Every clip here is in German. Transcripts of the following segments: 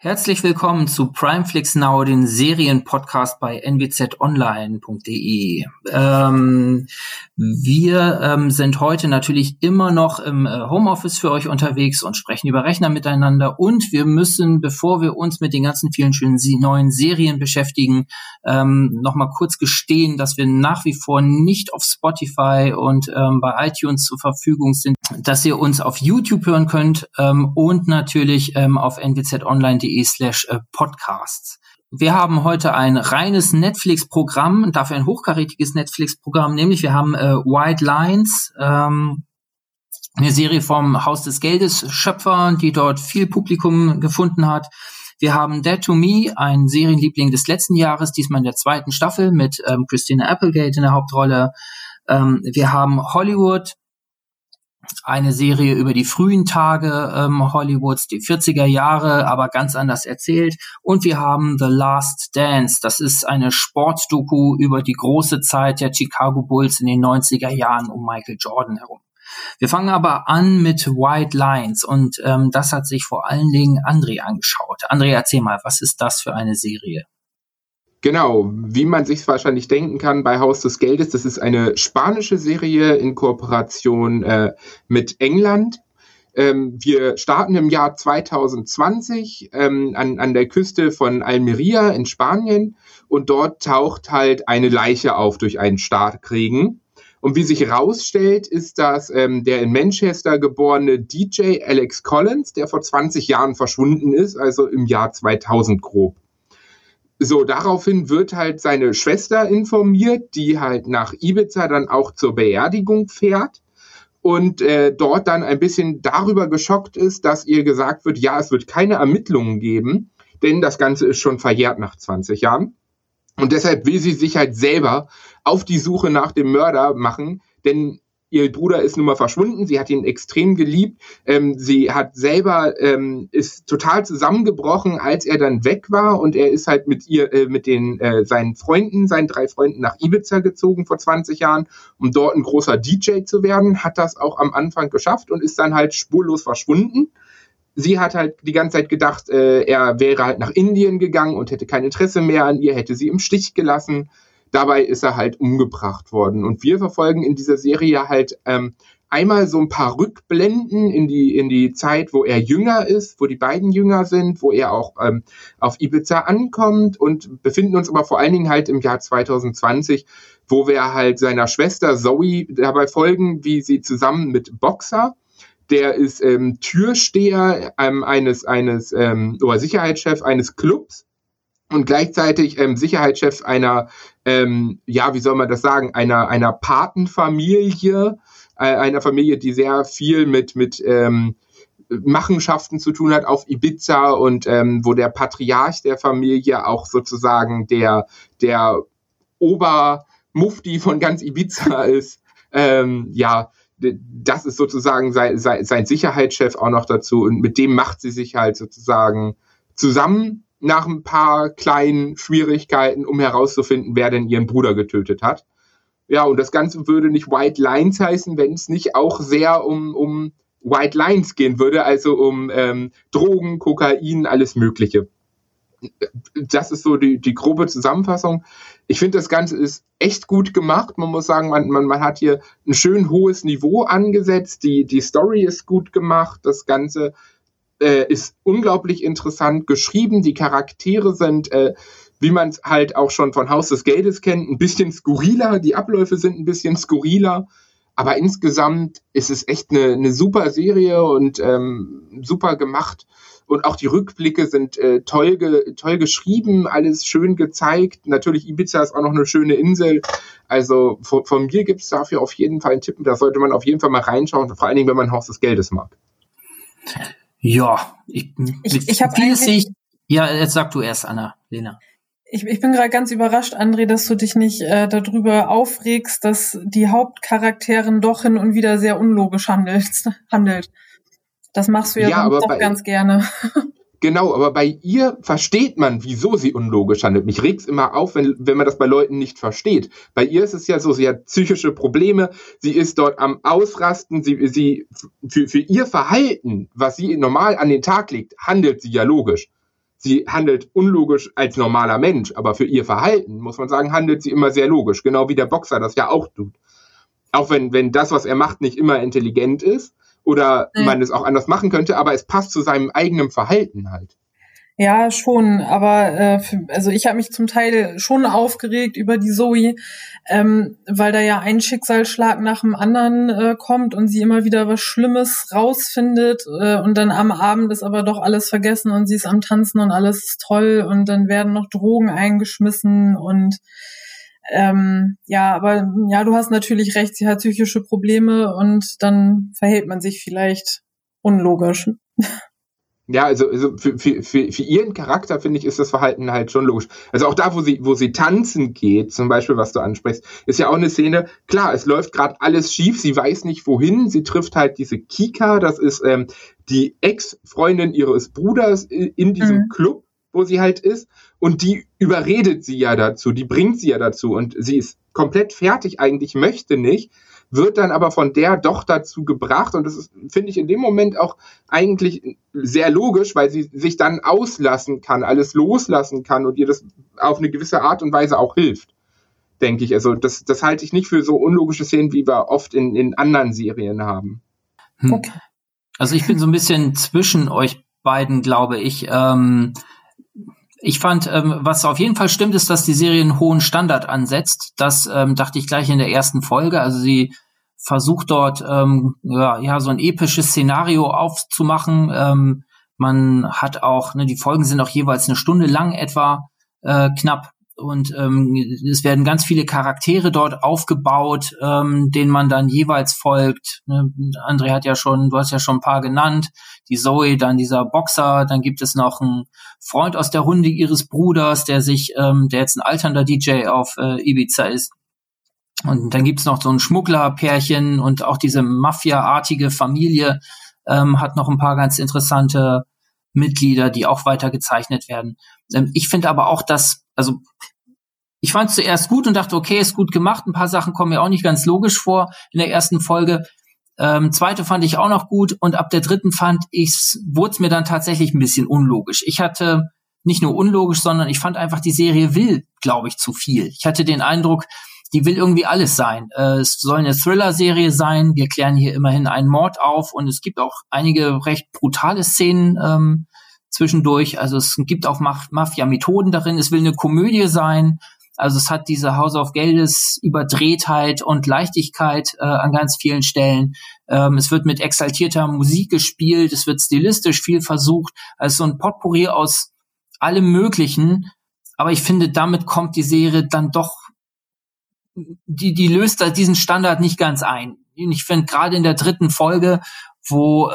Herzlich willkommen zu Primeflix Now, den Serienpodcast bei nwzonline.de. Wir sind heute natürlich immer noch im Homeoffice für euch unterwegs und sprechen über Rechner miteinander. Und wir müssen, bevor wir uns mit den ganzen vielen schönen neuen Serien beschäftigen, noch mal kurz gestehen, dass wir nach wie vor nicht auf Spotify und bei iTunes zur Verfügung sind, dass ihr uns auf YouTube hören könnt und natürlich auf nwzonline.de/podcasts. Wir haben heute ein reines Netflix-Programm, dafür ein hochkarätiges Netflix-Programm, nämlich wir haben White Lines, eine Serie vom Haus des Geldes Schöpfer, die dort viel Publikum gefunden hat. Wir haben Dead to Me, ein Serienliebling des letzten Jahres, diesmal in der 2. Staffel mit Christina Applegate in der Hauptrolle. Wir haben Hollywood, eine Serie über die frühen Tage Hollywoods, die 40er Jahre, aber ganz anders erzählt. Und wir haben The Last Dance. Das ist eine Sportdoku über die große Zeit der Chicago Bulls in den 90er Jahren um Michael Jordan herum. Wir fangen aber an mit White Lines und das hat sich vor allen Dingen André angeschaut. André, erzähl mal, was ist das für eine Serie? Genau, wie man sich wahrscheinlich denken kann bei Haus des Geldes, das ist eine spanische Serie in Kooperation mit England. Wir starten im Jahr 2020 an der Küste von Almeria in Spanien und dort taucht halt eine Leiche auf durch einen Starkregen. Und wie sich herausstellt, ist das der in Manchester geborene DJ Alex Collins, der vor 20 Jahren verschwunden ist, also im Jahr 2000 grob. So, daraufhin wird halt seine Schwester informiert, die halt nach Ibiza dann auch zur Beerdigung fährt und dort dann ein bisschen darüber geschockt ist, dass ihr gesagt wird, ja, es wird keine Ermittlungen geben, denn das Ganze ist schon verjährt nach 20 Jahren. Und deshalb will sie sich halt selber auf die Suche nach dem Mörder machen, denn ihr Bruder ist nun mal verschwunden, sie hat ihn extrem geliebt, sie hat selber, ist total zusammengebrochen, als er dann weg war und er ist halt mit seinen 3 Freunden nach Ibiza gezogen vor 20 Jahren, um dort ein großer DJ zu werden, hat das auch am Anfang geschafft und ist dann halt spurlos verschwunden. Sie hat halt die ganze Zeit gedacht, er wäre halt nach Indien gegangen und hätte kein Interesse mehr an ihr, hätte sie im Stich gelassen. Dabei ist er halt umgebracht worden. Und wir verfolgen in dieser Serie halt einmal so ein paar Rückblenden in die Zeit, wo er jünger ist, wo die beiden jünger sind, wo er auch auf Ibiza ankommt und befinden uns aber vor allen Dingen halt im Jahr 2020, wo wir halt seiner Schwester Zoe dabei folgen, wie sie zusammen mit Boxer, der ist Türsteher oder Sicherheitschef eines Clubs, und gleichzeitig Sicherheitschef einer, wie soll man das sagen, einer Patenfamilie, einer Familie, die sehr viel mit Machenschaften zu tun hat auf Ibiza und wo der Patriarch der Familie auch sozusagen der Obermufti von ganz Ibiza ist. Das ist sozusagen sein Sicherheitschef auch noch dazu und mit dem macht sie sich halt sozusagen zusammen nach ein paar kleinen Schwierigkeiten, um herauszufinden, wer denn ihren Bruder getötet hat. Ja, und das Ganze würde nicht White Lines heißen, wenn es nicht auch sehr um White Lines gehen würde, also um Drogen, Kokain, alles Mögliche. Das ist so die grobe Zusammenfassung. Ich finde, das Ganze ist echt gut gemacht. Man muss sagen, man hat hier ein schön hohes Niveau angesetzt. Die Story ist gut gemacht. Das Ganze ist unglaublich interessant geschrieben. Die Charaktere sind, wie man es halt auch schon von Haus des Geldes kennt, ein bisschen skurriler. Die Abläufe sind ein bisschen skurriler. Aber insgesamt ist es echt eine super Serie und super gemacht. Und auch die Rückblicke sind toll geschrieben, alles schön gezeigt. Natürlich, Ibiza ist auch noch eine schöne Insel. Also von mir gibt es dafür auf jeden Fall einen Tipp. Da sollte man auf jeden Fall mal reinschauen, vor allen Dingen, wenn man Haus des Geldes mag. Ja, ich habe eigentlich... Ja, jetzt sag du erst, Lena. Ich bin gerade ganz überrascht, André, dass du dich nicht darüber aufregst, dass die Hauptcharakterin doch hin und wieder sehr unlogisch handelt. Das machst du ja doch ganz gerne. Genau, aber bei ihr versteht man, wieso sie unlogisch handelt. Mich regt's immer auf, wenn man das bei Leuten nicht versteht. Bei ihr ist es ja so, sie hat psychische Probleme, sie ist dort am Ausrasten, sie für ihr Verhalten, was sie normal an den Tag legt, handelt sie ja logisch. sie handelt unlogisch als normaler Mensch, aber für ihr Verhalten, muss man sagen, handelt sie immer sehr logisch, genau wie der Boxer das ja auch tut. Auch wenn das, was er macht, nicht immer intelligent ist oder man es auch anders machen könnte, aber es passt zu seinem eigenen Verhalten halt. Ja, schon, aber also ich habe mich zum Teil schon aufgeregt über die Zoe, weil da ja ein Schicksalsschlag nach dem anderen kommt und sie immer wieder was Schlimmes rausfindet und dann am Abend ist aber doch alles vergessen und sie ist am Tanzen und alles ist toll und dann werden noch Drogen eingeschmissen und aber du hast natürlich recht, sie hat psychische Probleme und dann verhält man sich vielleicht unlogisch. Ja, also für ihren Charakter, finde ich, ist das Verhalten halt schon logisch. Also auch da, wo sie tanzen geht, zum Beispiel, was du ansprichst, ist ja auch eine Szene, klar, es läuft gerade alles schief, sie weiß nicht wohin, sie trifft halt diese Kika, das ist die Ex-Freundin ihres Bruders in diesem Club, wo sie halt ist, und die überredet sie ja dazu, die bringt sie ja dazu und sie ist komplett fertig eigentlich, möchte nicht, wird dann aber von der doch dazu gebracht und das ist, finde ich, in dem Moment auch eigentlich sehr logisch, weil sie sich dann auslassen kann, alles loslassen kann und ihr das auf eine gewisse Art und Weise auch hilft, denke ich. Also das halte ich nicht für so unlogische Szenen, wie wir oft in anderen Serien haben. Okay. Also ich bin so ein bisschen zwischen euch beiden, glaube ich. Ich fand, was auf jeden Fall stimmt, ist, dass die Serie einen hohen Standard ansetzt. Das dachte ich gleich in der ersten Folge. Also sie versucht dort so ein episches Szenario aufzumachen. Man hat auch, die Folgen sind auch jeweils 1 Stunde lang etwa knapp. Und es werden ganz viele Charaktere dort aufgebaut, denen man dann jeweils folgt. André du hast ja schon ein paar genannt. Die Zoe, dann dieser Boxer, dann gibt es noch einen Freund aus der Hunde ihres Bruders, der jetzt ein alternder DJ auf Ibiza ist. Und dann gibt's noch so ein Schmugglerpärchen und auch diese Mafia-artige Familie hat noch ein paar ganz interessante Mitglieder, die auch weiter gezeichnet werden. Ich finde aber auch, ich fand es zuerst gut und dachte, okay, ist gut gemacht. Ein paar Sachen kommen mir auch nicht ganz logisch vor in der ersten Folge. Zweite fand ich auch noch gut und ab der dritten wurde es mir dann tatsächlich ein bisschen unlogisch. Ich hatte nicht nur unlogisch, sondern ich fand einfach, die Serie will, glaube ich, zu viel. Ich hatte den Eindruck, die will irgendwie alles sein. Es soll eine Thriller-Serie sein. Wir klären hier immerhin einen Mord auf und es gibt auch einige recht brutale Szenen zwischendurch. Also es gibt auch Mafia-Methoden darin. Es will eine Komödie sein. Also es hat diese House of Geldes Überdrehtheit und Leichtigkeit an ganz vielen Stellen. Es wird mit exaltierter Musik gespielt. Es wird stilistisch viel versucht. Also so ein Potpourri aus allem Möglichen. Aber ich finde, damit kommt die Serie dann doch, die löst da diesen Standard nicht ganz ein. Ich finde gerade in der dritten Folge, wo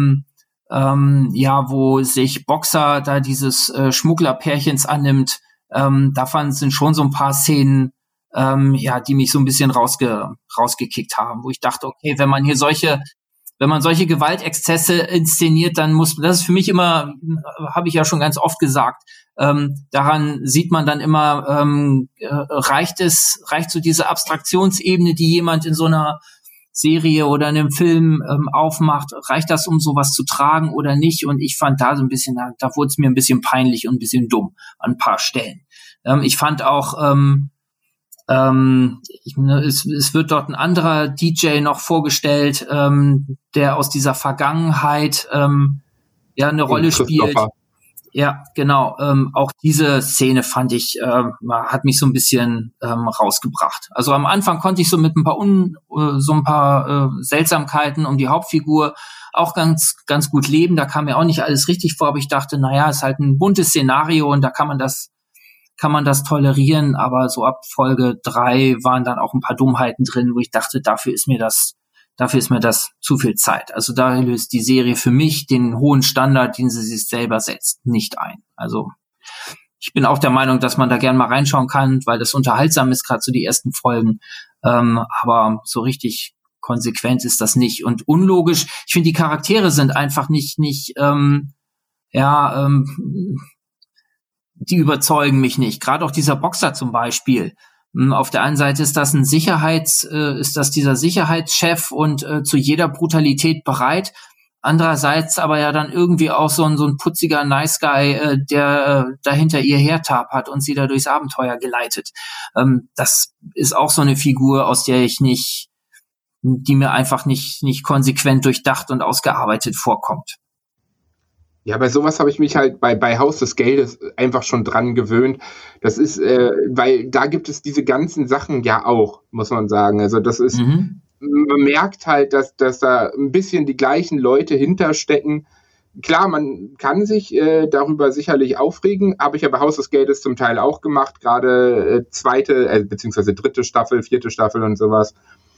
sich Boxer da dieses Schmugglerpärchens annimmt, sind schon so ein paar Szenen, die mich so ein bisschen rausgekickt haben, wo ich dachte, okay, wenn man solche Gewaltexzesse inszeniert, dann das ist für mich immer, habe ich ja schon ganz oft gesagt, daran sieht man dann immer, reicht so diese Abstraktionsebene, die jemand in so einer Serie oder in einem Film aufmacht, reicht das, um sowas zu tragen oder nicht? Und ich fand da so ein bisschen, da wurde es mir ein bisschen peinlich und ein bisschen dumm an ein paar Stellen. Ich fand auch, es wird dort ein anderer DJ noch vorgestellt, der aus dieser Vergangenheit eine Rolle spielt. Ja, genau. Auch diese Szene fand ich, hat mich so ein bisschen rausgebracht. Also am Anfang konnte ich so mit ein paar Seltsamkeiten um die Hauptfigur auch ganz, ganz gut leben. Da kam mir auch nicht alles richtig vor, aber ich dachte, es ist halt ein buntes Szenario und da kann man das tolerieren. Aber so ab Folge 3 waren dann auch ein paar Dummheiten drin, wo ich dachte, dafür ist mir das zu viel Zeit. Also da löst die Serie für mich den hohen Standard, den sie sich selber setzt, nicht ein. Also ich bin auch der Meinung, dass man da gerne mal reinschauen kann, weil das unterhaltsam ist, gerade so die ersten Folgen. Aber so richtig konsequent ist das nicht. Und unlogisch, ich finde, die Charaktere sind einfach nicht die überzeugen mich nicht. Gerade auch dieser Boxer zum Beispiel. Auf der einen Seite ist das dieser Sicherheitschef und zu jeder Brutalität bereit. Andererseits aber ja dann irgendwie auch so ein putziger Nice Guy, der dahinter ihr hertapert und sie da durchs Abenteuer geleitet. Das ist auch so eine Figur, aus der die mir einfach nicht konsequent durchdacht und ausgearbeitet vorkommt. Ja, bei sowas habe ich mich halt bei Haus des Geldes einfach schon dran gewöhnt. Das ist, weil da gibt es diese ganzen Sachen ja auch, muss man sagen. Also das ist, man merkt halt, dass da ein bisschen die gleichen Leute hinterstecken. Klar, man kann sich darüber sicherlich aufregen, habe ich ja bei Haus des Geldes zum Teil auch gemacht, gerade zweite, beziehungsweise dritte Staffel, vierte Staffel und sowas.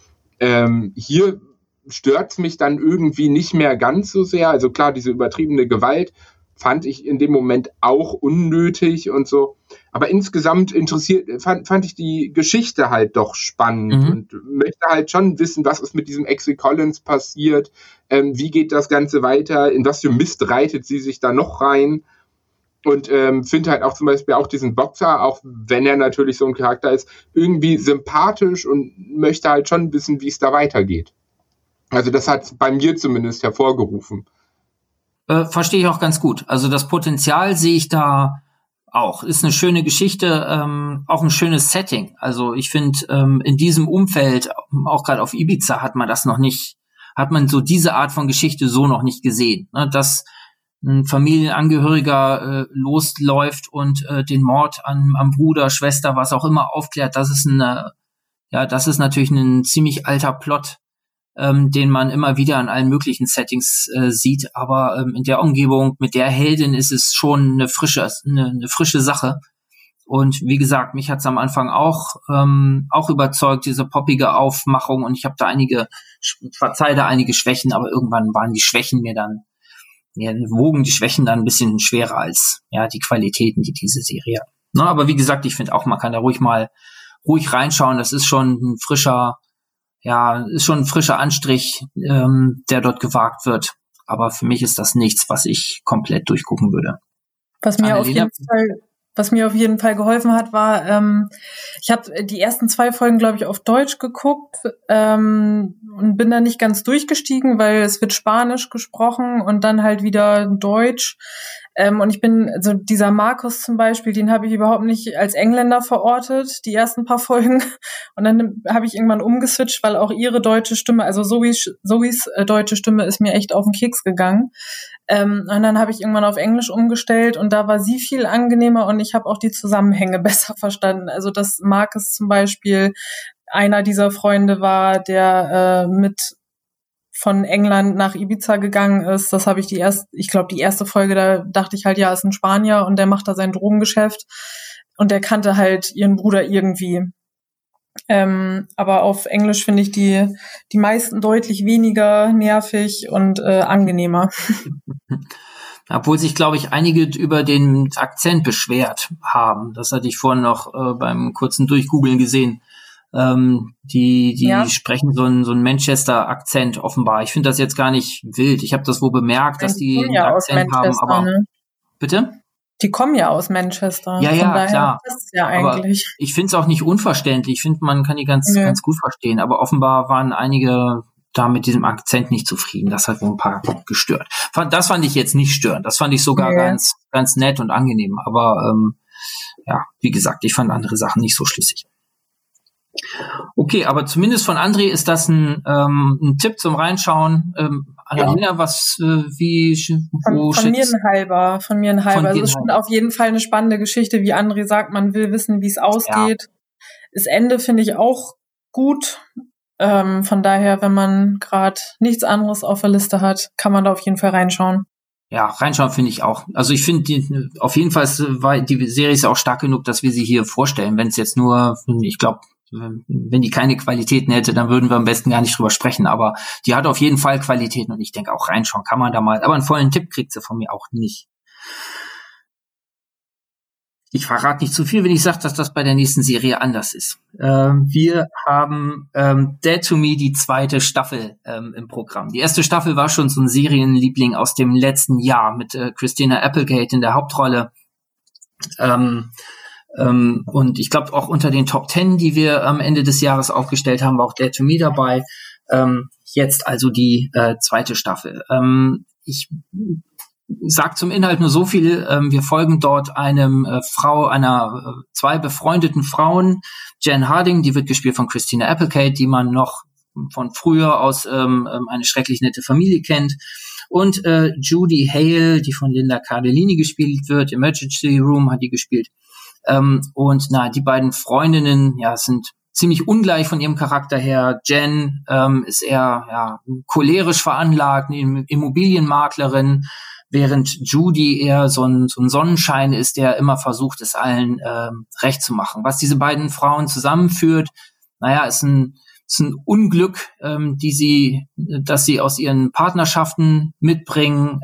Hier stört's mich dann irgendwie nicht mehr ganz so sehr. Also klar, diese übertriebene Gewalt fand ich in dem Moment auch unnötig und so. Aber insgesamt fand ich die Geschichte halt doch spannend und möchte halt schon wissen, was ist mit diesem Exy Collins passiert, wie geht das Ganze weiter, in was für Mist reitet sie sich da noch rein. Und finde halt auch zum Beispiel auch diesen Boxer, auch wenn er natürlich so ein Charakter ist, irgendwie sympathisch und möchte halt schon wissen, wie es da weitergeht. Also das hat bei mir zumindest hervorgerufen. Verstehe ich auch ganz gut. Also das Potenzial sehe ich da auch. Ist eine schöne Geschichte, auch ein schönes Setting. Also ich finde, in diesem Umfeld, auch gerade auf Ibiza, hat man so diese Art von Geschichte so noch nicht gesehen. Ne? Dass ein Familienangehöriger losläuft und den Mord am Bruder, Schwester, was auch immer aufklärt, das ist natürlich ein ziemlich alter Plot, den man immer wieder in allen möglichen Settings sieht, aber in der Umgebung mit der Heldin ist es schon eine frische Sache. Und wie gesagt, mich hat's am Anfang auch überzeugt, diese poppige Aufmachung, und ich habe da einige Schwächen, aber irgendwann waren die Schwächen wogen die Schwächen dann ein bisschen schwerer als die Qualitäten, die diese Serie hat. Na, aber wie gesagt, ich finde auch, man kann da ruhig reinschauen, das ist schon ein frischer Anstrich, der dort gewagt wird. Aber für mich ist das nichts, was ich komplett durchgucken würde. Was mir auf jeden Fall geholfen hat, war, ich habe die ersten 2 Folgen, glaube ich, auf Deutsch geguckt und bin da nicht ganz durchgestiegen, weil es wird Spanisch gesprochen und dann halt wieder Deutsch. Und also dieser Markus zum Beispiel, den habe ich überhaupt nicht als Engländer verortet, die ersten paar Folgen. Und dann habe ich irgendwann umgeswitcht, weil auch ihre deutsche Stimme, also Zoes deutsche Stimme ist mir echt auf den Keks gegangen. Und dann habe ich irgendwann auf Englisch umgestellt und da war sie viel angenehmer und ich habe auch die Zusammenhänge besser verstanden. Also dass Markus zum Beispiel einer dieser Freunde war, der mit von England nach Ibiza gegangen ist. Das habe ich die erste Folge, da dachte ich halt, ja, ist ein Spanier und der macht da sein Drogengeschäft und der kannte halt ihren Bruder irgendwie. Aber auf Englisch finde ich die meisten deutlich weniger nervig und angenehmer. Obwohl sich, glaube ich, einige über den Akzent beschwert haben. Das hatte ich vorhin noch beim kurzen Durchgoogeln gesehen. Die sprechen so einen Manchester-Akzent offenbar. Ich finde das jetzt gar nicht wild. Ich habe das wohl bemerkt, dass die einen Akzent haben. Aber ne? Bitte? Die kommen ja aus Manchester. Ja, Von daher klar. passt ja eigentlich. Aber ich finde es auch nicht unverständlich. Ich finde, man kann die ganz gut verstehen. Aber offenbar waren einige da mit diesem Akzent nicht zufrieden. Das hat wohl ein paar gestört. Das fand ich jetzt nicht störend. Das fand ich sogar ganz, ganz nett und angenehm. Aber wie gesagt, ich fand andere Sachen nicht so schlüssig. Okay, aber zumindest von André ist das ein Tipp zum Reinschauen. Annalena, von mir ein halber. Also es ist schon auf jeden Fall eine spannende Geschichte, wie André sagt, man will wissen, wie es ausgeht. Ja. Das Ende finde ich auch gut. Von daher, wenn man gerade nichts anderes auf der Liste hat, kann man da auf jeden Fall reinschauen. Ja, reinschauen finde ich auch. Also ich finde, auf jeden Fall war die Serie ist auch stark genug, dass wir sie hier vorstellen. Wenn es jetzt nur, ich glaube, wenn die keine Qualitäten hätte, dann würden wir am besten gar nicht drüber sprechen. Aber die hat auf jeden Fall Qualitäten und ich denke auch reinschauen kann man da mal. Aber einen vollen Tipp kriegt sie von mir auch nicht. Ich verrate nicht zu viel, wenn ich sage, dass das bei der nächsten Serie anders ist. Wir haben Dead to Me, die 2. Staffel im Programm. Die 1. Staffel war schon so ein Serienliebling aus dem letzten Jahr mit Christina Applegate in der Hauptrolle. Und ich glaube auch unter den Top 10, die wir am Ende des Jahres aufgestellt haben, war auch Dead to Me dabei. jetzt also die zweite Staffel. Ich sag zum Inhalt nur so viel. Wir folgen dort zwei befreundeten Frauen. Jen Harding, die wird gespielt von Christina Applegate, die man noch von früher aus Eine schrecklich nette Familie kennt. Und Judy Hale, die von Linda Cardellini gespielt wird. Emergency Room hat die gespielt. Die beiden Freundinnen, sind ziemlich ungleich von ihrem Charakter her. Jen ist eher cholerisch veranlagt, eine Immobilienmaklerin, während Judy eher so ein Sonnenschein ist, der immer versucht, es allen recht zu machen. Was diese beiden Frauen zusammenführt, ist ein Unglück, das sie aus ihren Partnerschaften mitbringen.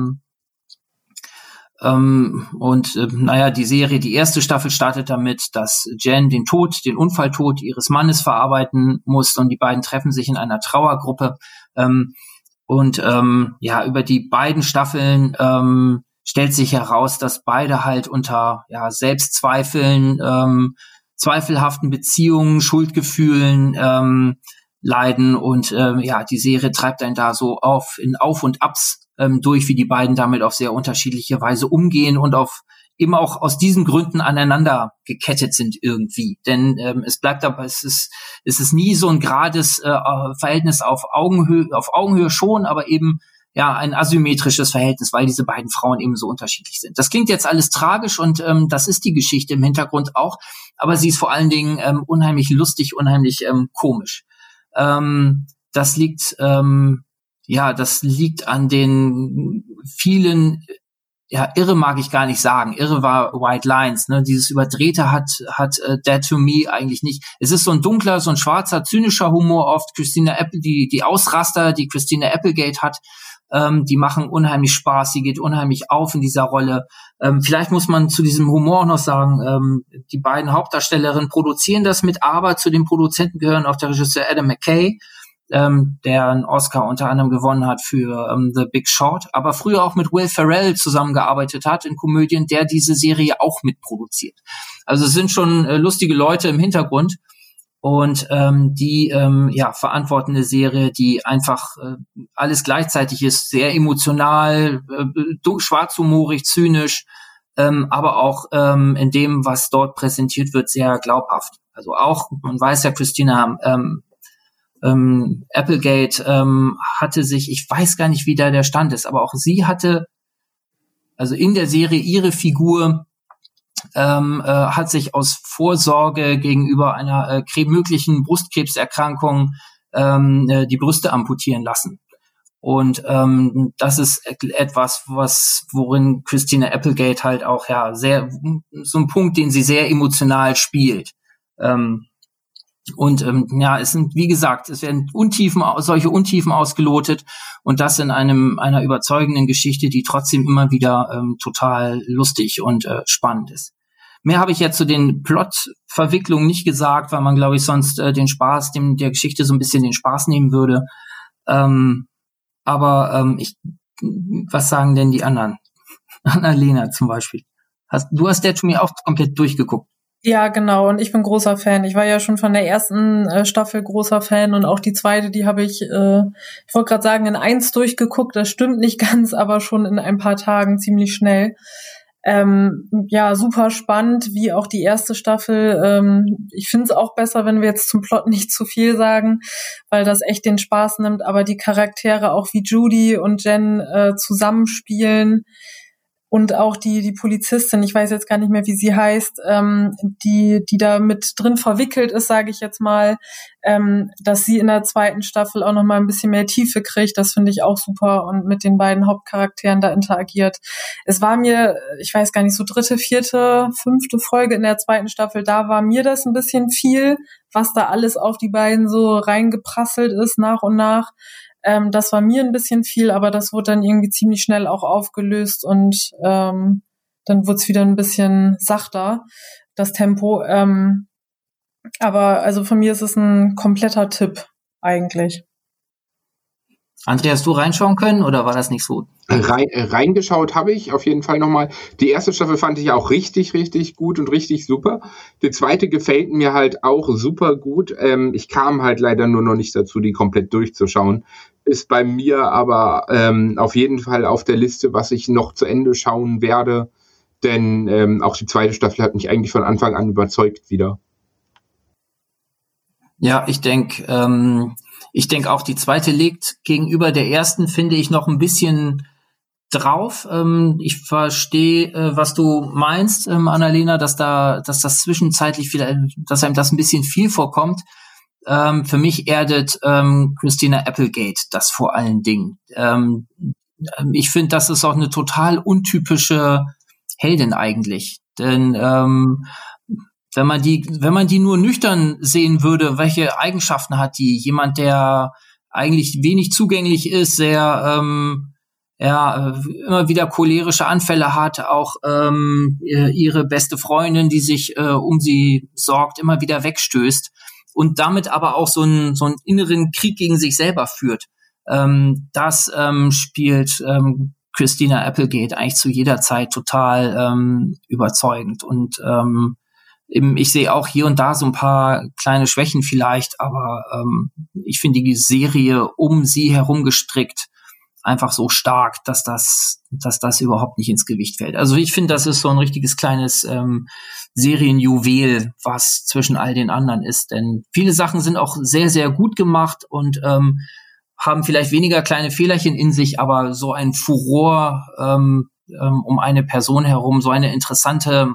Die Serie, die erste Staffel startet damit, dass Jen den Unfalltod ihres Mannes verarbeiten muss, und die beiden treffen sich in einer Trauergruppe. Über die beiden Staffeln stellt sich heraus, dass beide halt unter Selbstzweifeln, zweifelhaften Beziehungen, Schuldgefühlen leiden, und die Serie treibt einen da so in Auf und Abs durch, wie die beiden damit auf sehr unterschiedliche Weise umgehen und immer auch aus diesen Gründen aneinander gekettet sind irgendwie. Denn es bleibt dabei, es ist nie so ein gerades Verhältnis auf Augenhöhe schon, aber eben ein asymmetrisches Verhältnis, weil diese beiden Frauen eben so unterschiedlich sind. Das klingt jetzt alles tragisch, und das ist die Geschichte im Hintergrund auch, aber sie ist vor allen Dingen unheimlich lustig, unheimlich komisch. Das liegt an den vielen, irre mag ich gar nicht sagen. Irre war White Lines, ne? Dieses Überdrehte hat Dead to Me eigentlich nicht. Es ist so ein dunkler, so ein schwarzer, zynischer Humor oft. Christina Applegate, die Ausraster, die Christina Applegate hat, die machen unheimlich Spaß. Sie geht unheimlich auf in dieser Rolle. Vielleicht muss man zu diesem Humor auch noch sagen, die beiden Hauptdarstellerinnen produzieren das mit, aber zu den Produzenten gehören auch der Regisseur Adam McKay, der einen Oscar unter anderem gewonnen hat für The Big Short, aber früher auch mit Will Ferrell zusammengearbeitet hat in Komödien, der diese Serie auch mitproduziert. Also es sind schon lustige Leute im Hintergrund, und die verantworten eine Serie, die einfach alles gleichzeitig ist, sehr emotional, schwarzhumorig, zynisch, aber auch in dem, was dort präsentiert wird, sehr glaubhaft. Also auch, man weiß ja, Christina Applegate hatte sich, ich weiß gar nicht, wie da der Stand ist, aber auch sie hatte, also in der Serie, ihre Figur hat sich aus Vorsorge gegenüber einer möglichen Brustkrebserkrankung die Brüste amputieren lassen. Und das ist etwas, worin Christina Applegate halt auch sehr, so ein Punkt, den sie sehr emotional spielt. Es sind, wie gesagt, es werden solche Untiefen ausgelotet, und das in einer überzeugenden Geschichte, die trotzdem immer wieder total lustig und spannend ist. Mehr habe ich jetzt zu den Plot-Verwicklungen nicht gesagt, weil man, glaube ich, sonst der Geschichte so ein bisschen den Spaß nehmen würde. Was sagen denn die anderen? Annalena zum Beispiel. Du hast Dead to Me auch komplett durchgeguckt. Ja, genau. Und ich bin großer Fan. Ich war ja schon von der ersten Staffel großer Fan, und auch die zweite, die habe ich wollte gerade sagen, in 1 durchgeguckt. Das stimmt nicht ganz, aber schon in ein paar Tagen ziemlich schnell. Super spannend, wie auch die erste Staffel. Ich finde es auch besser, wenn wir jetzt zum Plot nicht zu viel sagen, weil das echt den Spaß nimmt. Aber die Charaktere, auch wie Judy und Jen zusammenspielen, und auch die Polizistin, ich weiß jetzt gar nicht mehr, wie sie heißt, die da mit drin verwickelt ist, sage ich jetzt mal, dass sie in der zweiten Staffel auch noch mal ein bisschen mehr Tiefe kriegt, das finde ich auch super, und mit den beiden Hauptcharakteren da interagiert. Es war mir, ich weiß gar nicht, so 3., 4., 5. Folge in der zweiten Staffel, da war mir das ein bisschen viel, was da alles auf die beiden so reingeprasselt ist nach und nach. Das war mir ein bisschen viel, aber das wurde dann irgendwie ziemlich schnell auch aufgelöst, und dann wurde es wieder ein bisschen sachter, das Tempo. Aber also von mir ist es ein kompletter Tipp eigentlich. Andrea, hast du reinschauen können oder war das nicht so? Reingeschaut habe ich auf jeden Fall nochmal. Die erste Staffel fand ich auch richtig, richtig gut und richtig super. Die zweite gefällt mir halt auch super gut. Ich kam halt leider nur noch nicht dazu, die komplett durchzuschauen. Ist bei mir aber auf jeden Fall auf der Liste, was ich noch zu Ende schauen werde. Denn auch die zweite Staffel hat mich eigentlich von Anfang an überzeugt wieder. Ja, ich denke auch, die zweite liegt gegenüber der ersten, finde ich, noch ein bisschen drauf. Ich verstehe, was du meinst, Annalena, dass das zwischenzeitlich dass einem das ein bisschen viel vorkommt. Für mich erdet Christina Applegate das vor allen Dingen. Ich finde, das ist auch eine total untypische Heldin eigentlich. Denn wenn man die nur nüchtern sehen würde, welche Eigenschaften hat die? Jemand, der eigentlich wenig zugänglich ist, sehr immer wieder cholerische Anfälle hat, auch ihre beste Freundin, die sich um sie sorgt, immer wieder wegstößt und damit aber auch so einen inneren Krieg gegen sich selber führt. Das spielt Christina Applegate eigentlich zu jeder Zeit total überzeugend und ich sehe auch hier und da so ein paar kleine Schwächen vielleicht, aber ich finde die Serie um sie herum gestrickt einfach so stark, dass das überhaupt nicht ins Gewicht fällt. Also ich finde, das ist so ein richtiges kleines Serienjuwel, was zwischen all den anderen ist. Denn viele Sachen sind auch sehr, sehr gut gemacht und haben vielleicht weniger kleine Fehlerchen in sich, aber so ein Furor um eine Person herum, so einen interessanten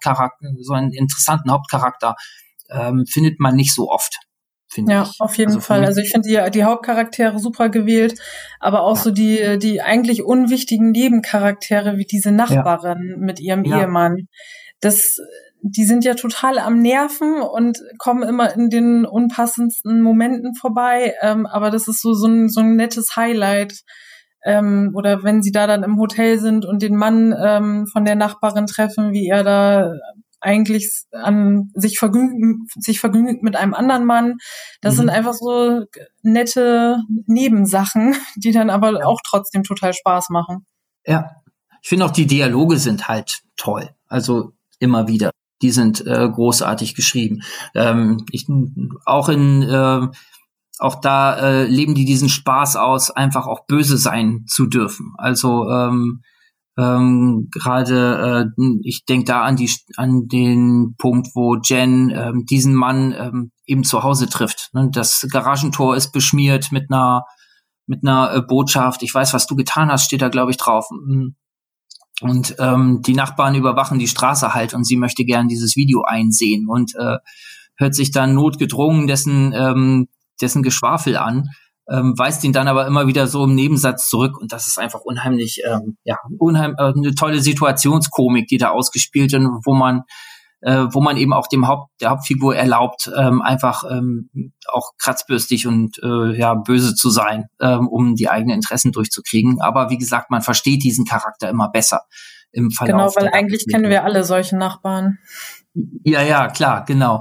Hauptcharakter findet man nicht so oft. Ja, auf jeden Fall. Also ich finde die Hauptcharaktere super gewählt, aber auch so die eigentlich unwichtigen Nebencharaktere wie diese Nachbarin mit ihrem Ehemann. Die sind ja total am Nerven und kommen immer in den unpassendsten Momenten vorbei. Aber das ist so ein nettes Highlight. Oder wenn sie da dann im Hotel sind und den Mann von der Nachbarin treffen, wie er da eigentlich sich vergnügt mit einem anderen Mann. Das sind einfach so nette Nebensachen, die dann aber auch trotzdem total Spaß machen. Ja, ich finde auch die Dialoge sind halt toll. Also immer wieder. Die sind großartig geschrieben. Auch da leben die diesen Spaß aus, einfach auch böse sein zu dürfen. Also gerade ich denke da an den Punkt, wo Jen diesen Mann eben zu Hause trifft. Ne? Das Garagentor ist beschmiert mit einer Botschaft. Ich weiß, was du getan hast, steht da, glaube ich, drauf. Und die Nachbarn überwachen die Straße halt und sie möchte gern dieses Video einsehen und hört sich dann notgedrungen dessen Geschwafel an, weist ihn dann aber immer wieder so im Nebensatz zurück und das ist einfach unheimlich eine tolle Situationskomik, die da ausgespielt wird, wo man eben auch der Hauptfigur erlaubt, einfach auch kratzbürstig und böse zu sein, um die eigenen Interessen durchzukriegen. Aber wie gesagt, man versteht diesen Charakter immer besser im Verlauf. Genau, weil eigentlich kennen wir alle solche Nachbarn. Ja, klar, genau.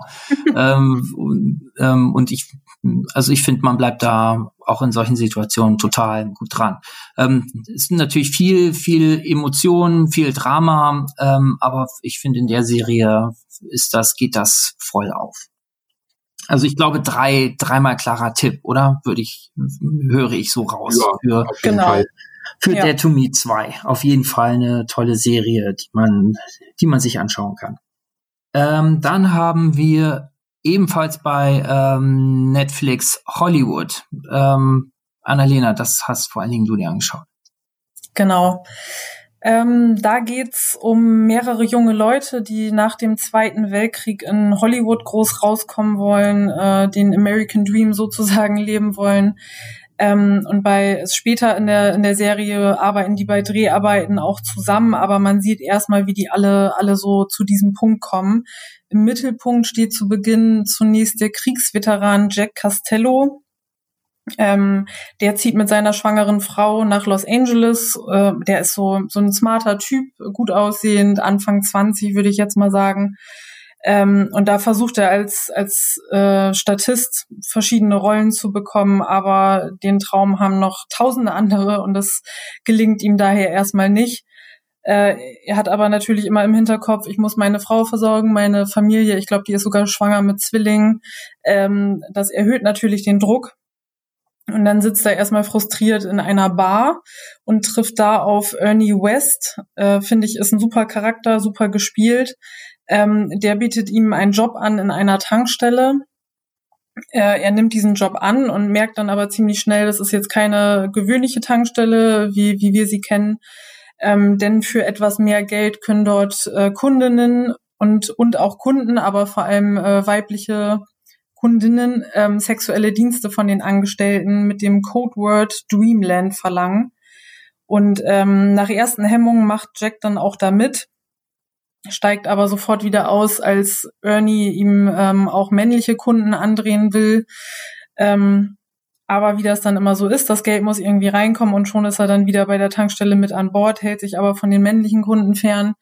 Und ich finde, man bleibt da auch in solchen Situationen total gut dran. Es sind natürlich viel Emotionen, viel Drama, aber ich finde, in der Serie geht das voll auf. Also ich glaube, dreimal klarer Tipp, oder? Höre ich so raus. Ja, Für Dead to Me 2. Auf jeden Fall eine tolle Serie, die man sich anschauen kann. Dann haben wir ebenfalls bei Netflix Hollywood. Annalena, das hast vor allen Dingen du dir angeschaut. Genau. Da geht's um mehrere junge Leute, die nach dem Zweiten Weltkrieg in Hollywood groß rauskommen wollen, den American Dream sozusagen leben wollen. Und später in der Serie arbeiten die bei Dreharbeiten auch zusammen, aber man sieht erstmal, wie die alle so zu diesem Punkt kommen. Im Mittelpunkt steht zu Beginn zunächst der Kriegsveteran Jack Costello. Der zieht mit seiner schwangeren Frau nach Los Angeles. Der ist so ein smarter Typ, gut aussehend, Anfang 20 würde ich jetzt mal sagen. Und da versucht er als Statist verschiedene Rollen zu bekommen, aber den Traum haben noch tausende andere und das gelingt ihm daher erstmal nicht. Er hat aber natürlich immer im Hinterkopf, ich muss meine Frau versorgen, meine Familie, ich glaube, die ist sogar schwanger mit Zwillingen. Das erhöht natürlich den Druck. Und dann sitzt er erstmal frustriert in einer Bar und trifft da auf Ernie West. Finde ich, ist ein super Charakter, super gespielt. Der bietet ihm einen Job an in einer Tankstelle. Er nimmt diesen Job an und merkt dann aber ziemlich schnell, das ist jetzt keine gewöhnliche Tankstelle, wie wir sie kennen. Denn für etwas mehr Geld können dort Kundinnen und auch Kunden, aber vor allem weibliche Kundinnen sexuelle Dienste von den Angestellten mit dem Codeword Dreamland verlangen. Und nach ersten Hemmungen macht Jack dann auch da mit, steigt aber sofort wieder aus, als Ernie ihm auch männliche Kunden andrehen will. Aber wie das dann immer so ist, das Geld muss irgendwie reinkommen und schon ist er dann wieder bei der Tankstelle mit an Bord, hält sich aber von den männlichen Kunden fern.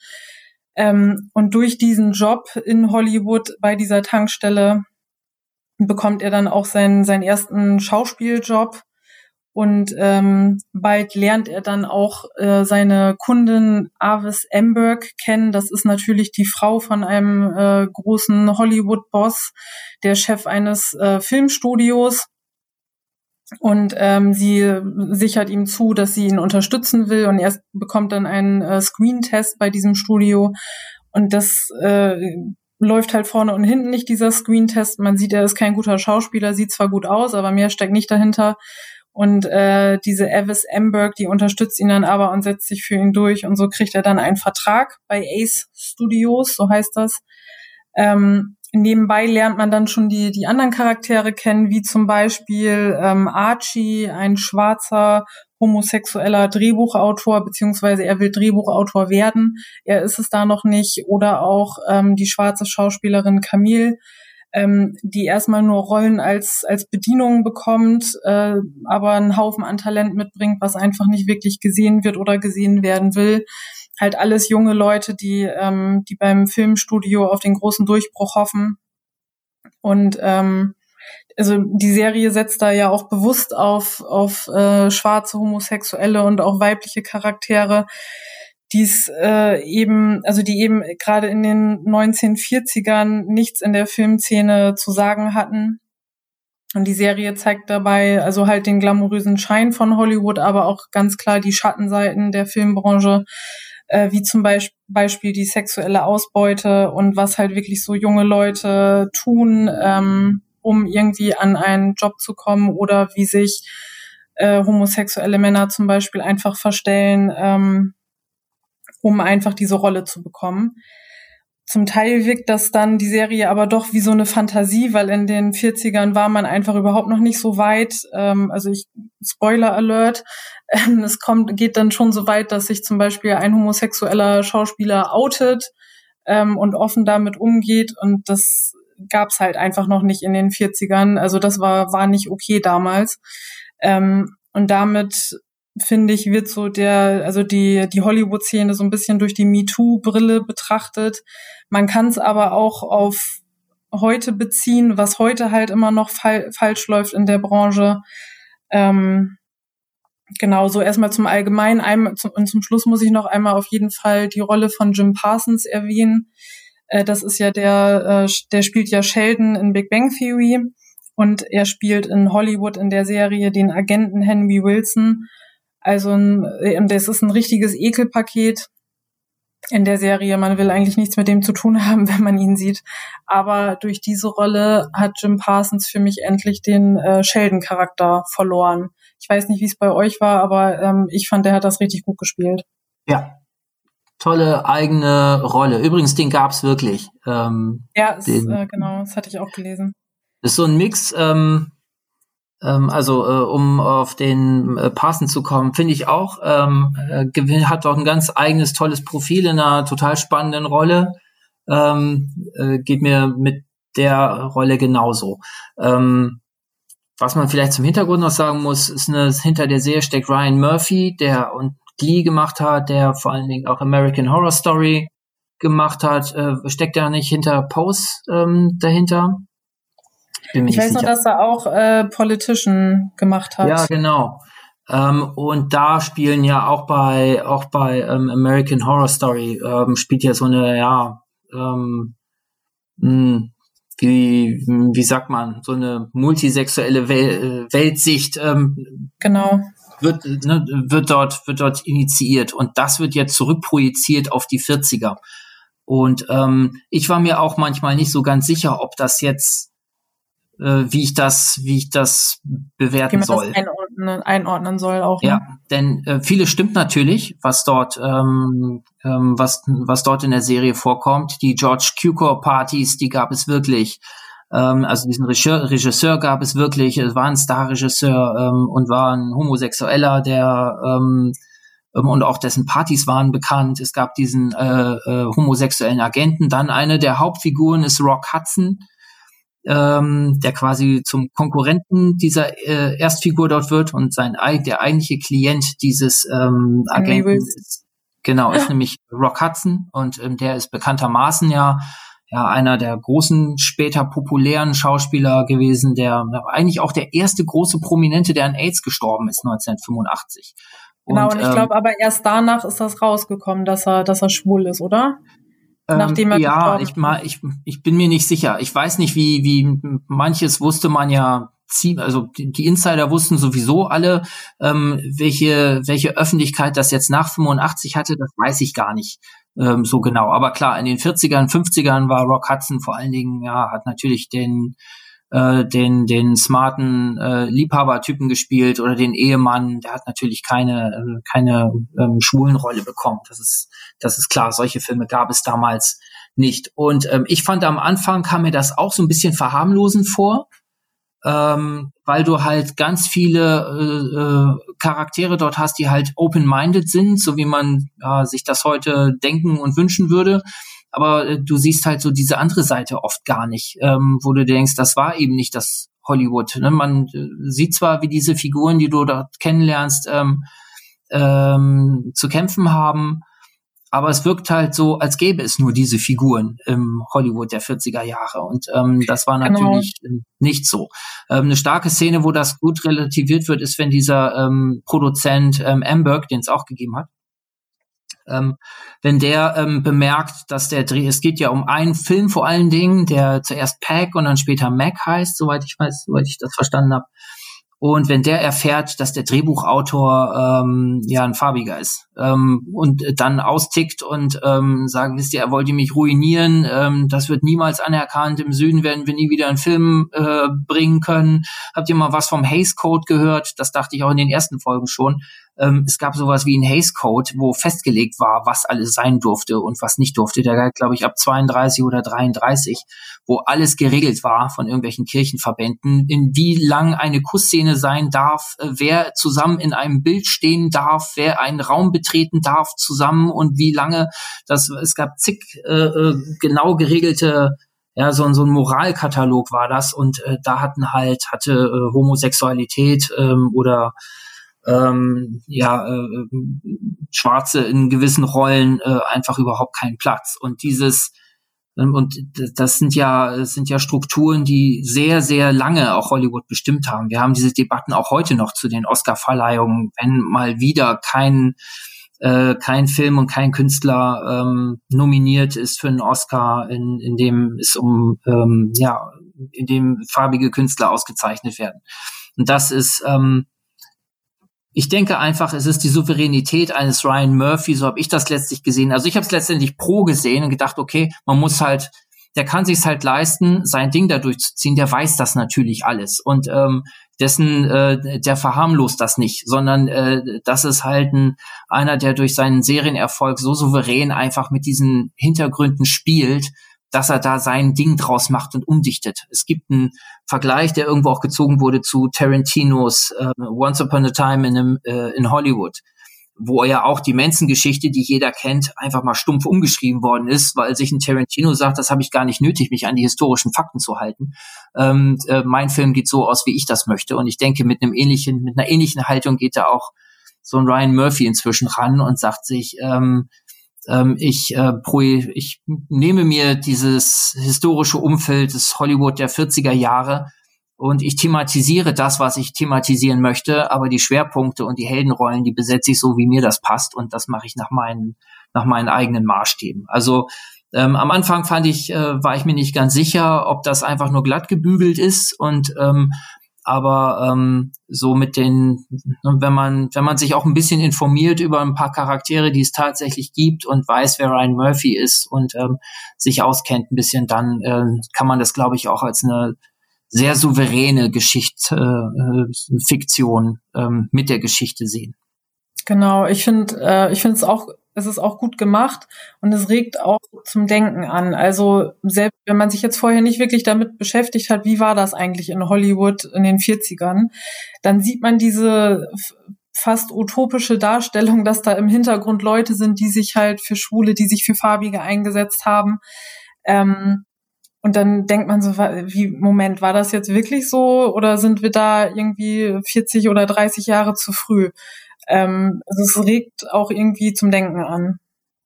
Und durch diesen Job in Hollywood bei dieser Tankstelle bekommt er dann auch seinen ersten Schauspieljob und bald lernt er dann auch seine Kundin Avis Amberg kennen. Das ist natürlich die Frau von einem großen Hollywood-Boss, der Chef eines Filmstudios. Und sie sichert ihm zu, dass sie ihn unterstützen will und er bekommt dann einen Screen-Test bei diesem Studio und das läuft halt vorne und hinten nicht, dieser Screen-Test. Man sieht, er ist kein guter Schauspieler, sieht zwar gut aus, aber mehr steckt nicht dahinter und diese Avis Amberg, die unterstützt ihn dann aber und setzt sich für ihn durch und so kriegt er dann einen Vertrag bei Ace Studios, so heißt das. Nebenbei lernt man dann schon die anderen Charaktere kennen, wie zum Beispiel Archie, ein schwarzer homosexueller Drehbuchautor, beziehungsweise er will Drehbuchautor werden. Er ist es da noch nicht. Oder auch die schwarze Schauspielerin Camille, die erstmal nur Rollen als Bedienung bekommt, aber einen Haufen an Talent mitbringt, was einfach nicht wirklich gesehen wird oder gesehen werden will. Halt alles junge Leute, die beim Filmstudio auf den großen Durchbruch hoffen. Und also die Serie setzt da ja auch bewusst auf schwarze Homosexuelle und auch weibliche Charaktere, die eben gerade in den 1940ern nichts in der Filmszene zu sagen hatten. Und die Serie zeigt dabei also halt den glamourösen Schein von Hollywood, aber auch ganz klar die Schattenseiten der Filmbranche, wie zum Beispiel die sexuelle Ausbeute und was halt wirklich so junge Leute tun, um irgendwie an einen Job zu kommen oder wie sich homosexuelle Männer zum Beispiel einfach verstellen, um einfach diese Rolle zu bekommen. Zum Teil wirkt das dann die Serie aber doch wie so eine Fantasie, weil in den 40ern war man einfach überhaupt noch nicht so weit. Spoiler Alert, geht dann schon so weit, dass sich zum Beispiel ein homosexueller Schauspieler outet und offen damit umgeht. Und das gab's halt einfach noch nicht in den 40ern. Also das war nicht okay damals. Und damit finde ich, wird so die Hollywood-Szene so ein bisschen durch die MeToo-Brille betrachtet. Man kann es aber auch auf heute beziehen, was heute halt immer noch falsch läuft in der Branche. Genau, so erstmal zum Allgemeinen. Und zum Schluss muss ich noch einmal auf jeden Fall die Rolle von Jim Parsons erwähnen. Das ist ja der spielt ja Sheldon in Big Bang Theory und er spielt in Hollywood in der Serie den Agenten Henry Wilson. Also das ist ein richtiges Ekelpaket in der Serie. Man will eigentlich nichts mit dem zu tun haben, wenn man ihn sieht. Aber durch diese Rolle hat Jim Parsons für mich endlich den Sheldon-Charakter verloren. Ich weiß nicht, wie es bei euch war, aber ich fand, der hat das richtig gut gespielt. Ja, tolle eigene Rolle. Übrigens, den gab's wirklich. Genau, das hatte ich auch gelesen. Ist so ein Mix, um auf den Parsons zu kommen, finde ich auch, hat auch ein ganz eigenes, tolles Profil in einer total spannenden Rolle. Geht mir mit der Rolle genauso. Was man vielleicht zum Hintergrund noch sagen muss, ist, hinter der Serie steckt Ryan Murphy, der und Glee gemacht hat, der vor allen Dingen auch American Horror Story gemacht hat, steckt er nicht hinter Pose dahinter? Ich weiß noch, dass er auch Politician gemacht hat. Ja, genau. Und da spielen ja auch bei American Horror Story spielt ja so eine, wie sagt man, so eine multisexuelle Weltsicht genau. wird dort initiiert, und das wird jetzt zurückprojiziert auf die 40er. Und ich war mir auch manchmal nicht so ganz sicher, ob das jetzt wie ich das bewerten soll. Wie man das einordnen soll auch. Ne? Ja, denn vieles stimmt natürlich, was dort was dort in der Serie vorkommt. Die George Cukor Partys, die gab es wirklich. Also diesen Regisseur gab es wirklich. Es war ein Starregisseur und war ein Homosexueller, der und auch dessen Partys waren bekannt. Es gab diesen homosexuellen Agenten. Dann eine der Hauptfiguren ist Rock Hudson, der quasi zum Konkurrenten dieser Erstfigur dort wird, und der eigentliche Klient dieses Agenten ist nämlich Rock Hudson, und der ist bekanntermaßen ja einer der großen, später populären Schauspieler gewesen, der eigentlich auch der erste große Prominente, der an AIDS gestorben ist 1985. Genau, und ich glaube aber erst danach ist das rausgekommen, dass er schwul ist, oder? Nachdem er ich bin mir nicht sicher. Ich weiß nicht, wie manches wusste man ja, also die Insider wussten sowieso alle, welche Öffentlichkeit das jetzt nach 85 hatte, das weiß ich gar nicht so genau. Aber klar, in den 40ern, 50ern war Rock Hudson vor allen Dingen, hat natürlich den smarten Liebhabertypen gespielt oder den Ehemann. Der hat natürlich keine schwulen Rolle bekommen. Das ist klar. Solche Filme gab es damals nicht. Und ich fand, am Anfang kam mir das auch so ein bisschen verharmlosend vor, weil du halt ganz viele Charaktere dort hast, die halt open-minded sind, so wie man sich das heute denken und wünschen würde. Aber du siehst halt so diese andere Seite oft gar nicht, wo du denkst, das war eben nicht das Hollywood. Ne? Man sieht zwar, wie diese Figuren, die du dort kennenlernst, zu kämpfen haben, aber es wirkt halt so, als gäbe es nur diese Figuren im Hollywood der 40er Jahre. Und das war natürlich nicht so. Eine starke Szene, wo das gut relativiert wird, ist, wenn dieser Produzent Amberg, den es auch gegeben hat, wenn der bemerkt, dass der Dreh, es geht ja um einen Film vor allen Dingen, der zuerst Pack und dann später Mac heißt, soweit ich das verstanden habe. Und wenn der erfährt, dass der Drehbuchautor ein Farbiger ist und dann austickt und sagt, wisst ihr, er wollte mich ruinieren, das wird niemals anerkannt, im Süden werden wir nie wieder einen Film bringen können. Habt ihr mal was vom Hays Code gehört? Das dachte ich auch in den ersten Folgen schon. Es gab sowas wie einen Hays Code, wo festgelegt war, was alles sein durfte und was nicht durfte. Der galt, glaube ich, ab 32 oder 33, wo alles geregelt war von irgendwelchen Kirchenverbänden, in wie lang eine Kussszene sein darf, wer zusammen in einem Bild stehen darf, wer einen Raum betreten darf zusammen und wie lange. Es gab zig genau geregelte, so ein Moralkatalog war das, und da hatte Homosexualität oder Schwarze in gewissen Rollen einfach überhaupt keinen Platz. Und das sind ja Strukturen, die sehr, sehr lange auch Hollywood bestimmt haben. Wir haben diese Debatten auch heute noch zu den Oscar-Verleihungen, wenn mal wieder kein Film und kein Künstler nominiert ist für einen Oscar, in dem es in dem farbige Künstler ausgezeichnet werden. Und das ist ich denke einfach, es ist die Souveränität eines Ryan Murphy, so habe ich das letztlich gesehen. Also ich habe es letztendlich pro gesehen und gedacht, okay, der kann sich's halt leisten, sein Ding da durchzuziehen, der weiß das natürlich alles. Und der verharmlost das nicht, sondern das ist halt einer, der durch seinen Serienerfolg so souverän einfach mit diesen Hintergründen spielt, dass er da sein Ding draus macht und umdichtet. Es gibt einen Vergleich, der irgendwo auch gezogen wurde zu Tarantinos Once Upon a Time in Hollywood, wo ja auch die Manson-Geschichte, die jeder kennt, einfach mal stumpf umgeschrieben worden ist, weil sich ein Tarantino sagt, das habe ich gar nicht nötig, mich an die historischen Fakten zu halten. Mein Film geht so aus, wie ich das möchte. Und ich denke, mit einer ähnlichen Haltung geht da auch so ein Ryan Murphy inzwischen ran und sagt sich, ich nehme mir dieses historische Umfeld des Hollywood der 40er Jahre und ich thematisiere das, was ich thematisieren möchte, aber die Schwerpunkte und die Heldenrollen, die besetze ich so, wie mir das passt, und das mache ich nach meinen eigenen Maßstäben. Also am Anfang war ich mir nicht ganz sicher, ob das einfach nur glatt gebügelt ist, und aber so mit wenn man sich auch ein bisschen informiert über ein paar Charaktere, die es tatsächlich gibt, und weiß, wer Ryan Murphy ist und sich auskennt ein bisschen, dann kann man das, glaube ich, auch als eine sehr souveräne Fiktion mit der Geschichte sehen. Genau, ich finde es ist auch gut gemacht und es regt auch zum Denken an. Also selbst wenn man sich jetzt vorher nicht wirklich damit beschäftigt hat, wie war das eigentlich in Hollywood in den 40ern, dann sieht man diese fast utopische Darstellung, dass da im Hintergrund Leute sind, die sich halt für Schwule, die sich für Farbige eingesetzt haben. Und dann denkt man so, Moment, war das jetzt wirklich so oder sind wir da irgendwie 40 oder 30 Jahre zu früh? Also es regt auch irgendwie zum Denken an.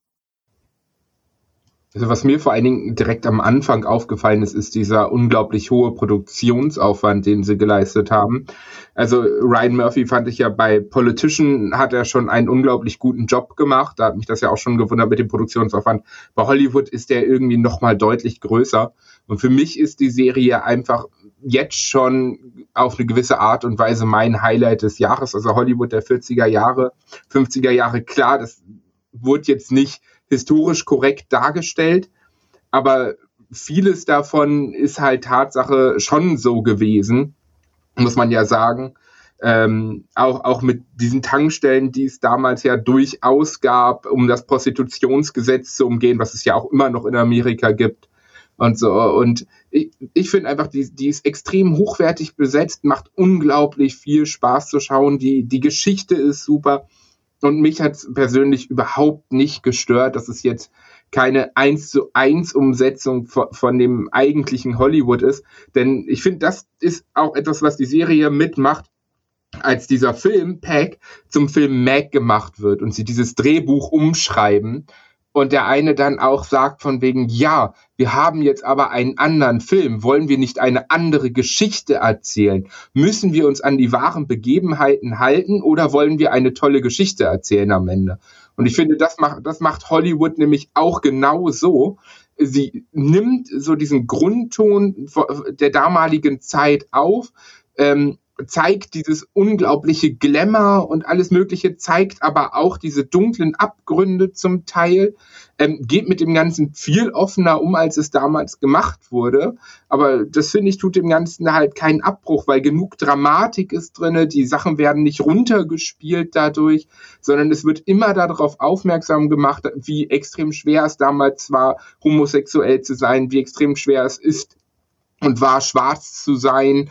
Also was mir vor allen Dingen direkt am Anfang aufgefallen ist dieser unglaublich hohe Produktionsaufwand, den sie geleistet haben. Also Ryan Murphy fand ich ja bei Politician, hat er schon einen unglaublich guten Job gemacht. Da hat mich das ja auch schon gewundert mit dem Produktionsaufwand. Bei Hollywood ist der irgendwie nochmal deutlich größer. Und für mich ist die Serie einfach jetzt schon auf eine gewisse Art und Weise mein Highlight des Jahres. Also Hollywood der 40er Jahre, 50er Jahre, klar, das wurde jetzt nicht historisch korrekt dargestellt, aber vieles davon ist halt Tatsache schon so gewesen, muss man ja sagen. Auch mit diesen Tankstellen, die es damals ja durchaus gab, um das Prostitutionsgesetz zu umgehen, was es ja auch immer noch in Amerika gibt und so. Und ich finde einfach, die ist extrem hochwertig besetzt, macht unglaublich viel Spaß zu schauen. Die Geschichte ist super. Und mich hat es persönlich überhaupt nicht gestört, dass es jetzt keine 1:1 Umsetzung von dem eigentlichen Hollywood ist. Denn ich finde, das ist auch etwas, was die Serie mitmacht, als dieser Film Pack zum Film Mag gemacht wird und sie dieses Drehbuch umschreiben. Und der eine dann auch sagt von wegen, ja, wir haben jetzt aber einen anderen Film. Wollen wir nicht eine andere Geschichte erzählen? Müssen wir uns an die wahren Begebenheiten halten oder wollen wir eine tolle Geschichte erzählen am Ende? Und ich finde, das macht Hollywood nämlich auch genau so. Sie nimmt so diesen Grundton der damaligen Zeit auf, zeigt dieses unglaubliche Glamour und alles Mögliche, zeigt aber auch diese dunklen Abgründe zum Teil, geht mit dem Ganzen viel offener um, als es damals gemacht wurde. Aber das, finde ich, tut dem Ganzen halt keinen Abbruch, weil genug Dramatik ist drin, die Sachen werden nicht runtergespielt dadurch, sondern es wird immer darauf aufmerksam gemacht, wie extrem schwer es damals war, homosexuell zu sein, wie extrem schwer es ist und war, schwarz zu sein,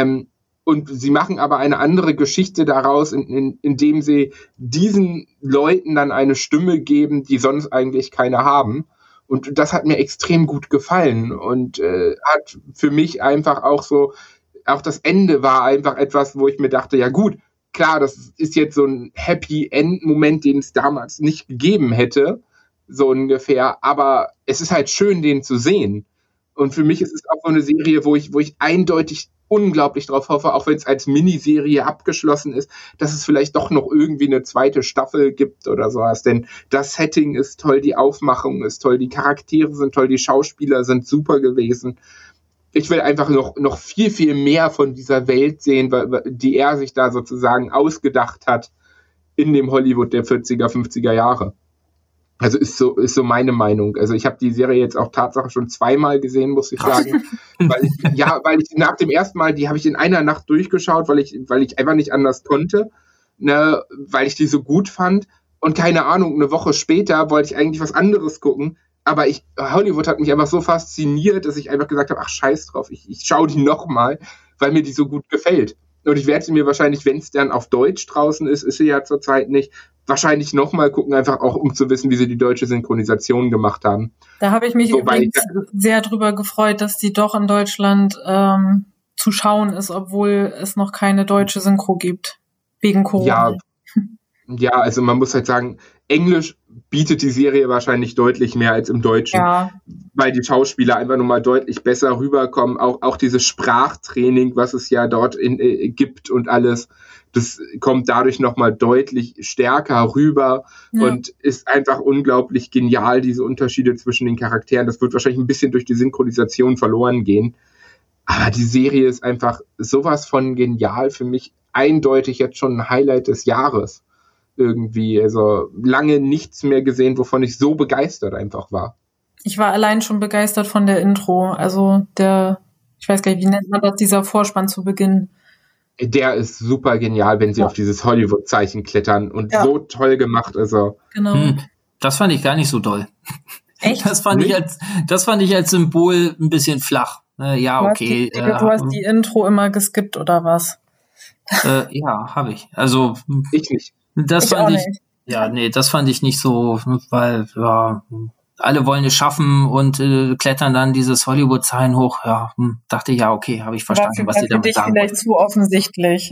und sie machen aber eine andere Geschichte daraus, indem sie diesen Leuten dann eine Stimme geben, die sonst eigentlich keine haben. Und das hat mir extrem gut gefallen und hat für mich einfach auch so, auch das Ende war einfach etwas, wo ich mir dachte, ja gut, klar, das ist jetzt so ein Happy-End-Moment, den es damals nicht gegeben hätte, so ungefähr, aber es ist halt schön, den zu sehen. Und für mich ist es auch so eine Serie, wo ich eindeutig unglaublich drauf hoffe, auch wenn es als Miniserie abgeschlossen ist, dass es vielleicht doch noch irgendwie eine zweite Staffel gibt oder sowas, denn das Setting ist toll, die Aufmachung ist toll, die Charaktere sind toll, die Schauspieler sind super gewesen. Ich will einfach noch viel, viel mehr von dieser Welt sehen, die er sich da sozusagen ausgedacht hat in dem Hollywood der 40er, 50er Jahre. Also ist so meine Meinung. Also ich habe die Serie jetzt auch Tatsache schon 2-mal gesehen, muss ich sagen. weil ich nach dem ersten Mal, die habe ich in einer Nacht durchgeschaut, weil ich einfach nicht anders konnte, ne, weil ich die so gut fand. Und keine Ahnung, eine Woche später wollte ich eigentlich was anderes gucken. Aber Hollywood hat mich einfach so fasziniert, dass ich einfach gesagt habe, ach scheiß drauf, ich schaue die nochmal, weil mir die so gut gefällt. Und ich werde sie mir wahrscheinlich, wenn es dann auf Deutsch draußen ist sie ja zurzeit nicht, wahrscheinlich nochmal gucken, einfach auch um zu wissen, wie sie die deutsche Synchronisation gemacht haben. Da habe ich mich übrigens sehr drüber gefreut, dass die doch in Deutschland zu schauen ist, obwohl es noch keine deutsche Synchro gibt. Wegen Corona. Ja, Ja, also man muss halt sagen, Englisch bietet die Serie wahrscheinlich deutlich mehr als im Deutschen, weil die Schauspieler einfach nochmal deutlich besser rüberkommen. Auch dieses Sprachtraining, was es ja dort gibt und alles, das kommt dadurch nochmal deutlich stärker rüber und ist einfach unglaublich genial, diese Unterschiede zwischen den Charakteren. Das wird wahrscheinlich ein bisschen durch die Synchronisation verloren gehen. Aber die Serie ist einfach sowas von genial, für mich eindeutig jetzt schon ein Highlight des Jahres. Irgendwie, also lange nichts mehr gesehen, wovon ich so begeistert einfach war. Ich war allein schon begeistert von der Intro, also ich weiß gar nicht, wie nennt man das, dieser Vorspann zu Beginn. Der ist super genial, wenn sie auf dieses Hollywood-Zeichen klettern und so toll gemacht ist er. Genau. Das fand ich gar nicht so doll. Echt? Das fand ich als Symbol ein bisschen flach. Okay. Du hast die Intro immer geskippt, oder was? Ja, habe ich. Also ich nicht. Das fand ich nicht so, weil alle wollen es schaffen und klettern dann dieses Hollywood-Zeichen hoch. Ja, dachte okay, habe ich verstanden, was sie damit sagen wollen. Vielleicht zu offensichtlich.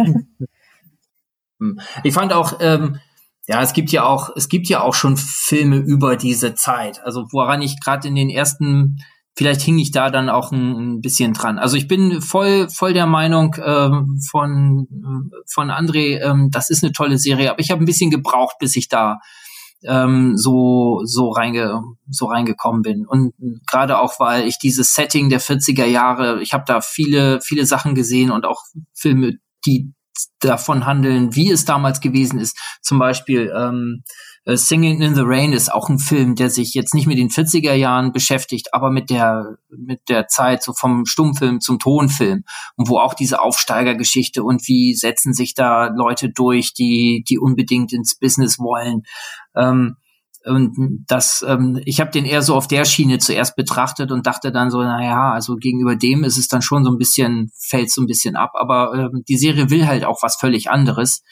Ich fand auch, es gibt ja auch schon Filme über diese Zeit. Also woran ich gerade in den ersten, vielleicht hing ich da dann auch ein bisschen dran. Also ich bin voll der Meinung von André, das ist eine tolle Serie, aber ich habe ein bisschen gebraucht, bis ich da so reingekommen bin. Und gerade auch, weil ich dieses Setting der 40er Jahre, ich habe da viele Sachen gesehen und auch Filme, die davon handeln, wie es damals gewesen ist. Zum Beispiel Singing in the Rain ist auch ein Film, der sich jetzt nicht mit den 40er Jahren beschäftigt, aber mit der Zeit so vom Stummfilm zum Tonfilm und wo auch diese Aufsteigergeschichte und wie setzen sich da Leute durch, die unbedingt ins Business wollen. Und das, ich habe den eher so auf der Schiene zuerst betrachtet und dachte dann so, also gegenüber dem ist es dann schon fällt so ein bisschen ab, aber die Serie will halt auch was völlig anderes.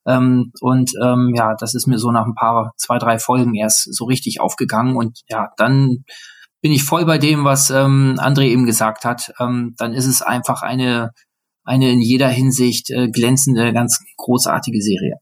Das ist mir so nach 2, 3 Folgen erst so richtig aufgegangen und dann bin ich voll bei dem, was André eben gesagt hat. Dann ist es einfach eine in jeder Hinsicht glänzende, ganz großartige Serie.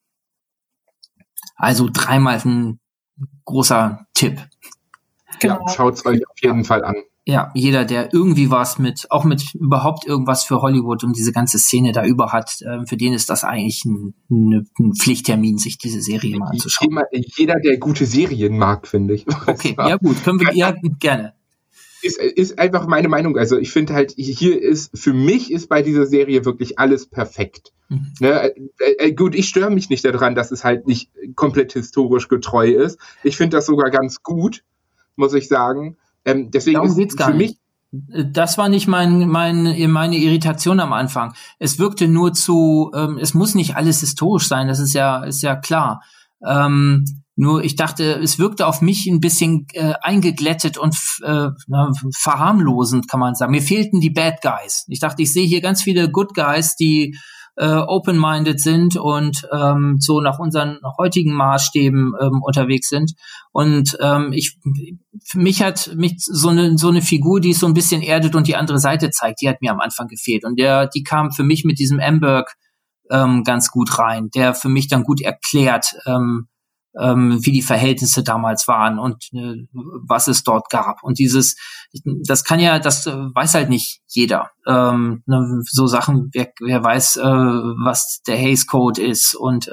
Also 3-mal ein großer Tipp. Genau. Ja, schaut's euch auf jeden Fall an. Ja, jeder, der irgendwie was mit überhaupt irgendwas für Hollywood und diese ganze Szene da über hat, für den ist das eigentlich ein Pflichttermin, sich diese Serie mal anzuschauen. Jeder, der gute Serien mag, finde ich. Okay, ja gut, können wir gerne. Ist einfach meine Meinung. Also ich finde halt, für mich ist bei dieser Serie wirklich alles perfekt. Ne? Gut, ich störe mich nicht daran, dass es halt nicht komplett historisch getreu ist. Ich finde das sogar ganz gut, muss ich sagen. Deswegen darum geht's gar nicht. Das war nicht meine Irritation am Anfang. Es wirkte nur es muss nicht alles historisch sein, das ist ja klar. Nur ich dachte, es wirkte auf mich ein bisschen eingeglättet und verharmlosend, kann man sagen. Mir fehlten die Bad Guys. Ich dachte, ich sehe hier ganz viele Good Guys, die open-minded sind und so nach unseren heutigen Maßstäben unterwegs sind. Und für mich hat so eine Figur, die es so ein bisschen erdet und die andere Seite zeigt, die hat mir am Anfang gefehlt. Und die kam für mich mit diesem Amberg ganz gut rein, der für mich dann gut erklärt, wie die Verhältnisse damals waren und was es dort gab. Und das weiß halt nicht jeder. So Sachen, wer weiß, was der Hays Code ist und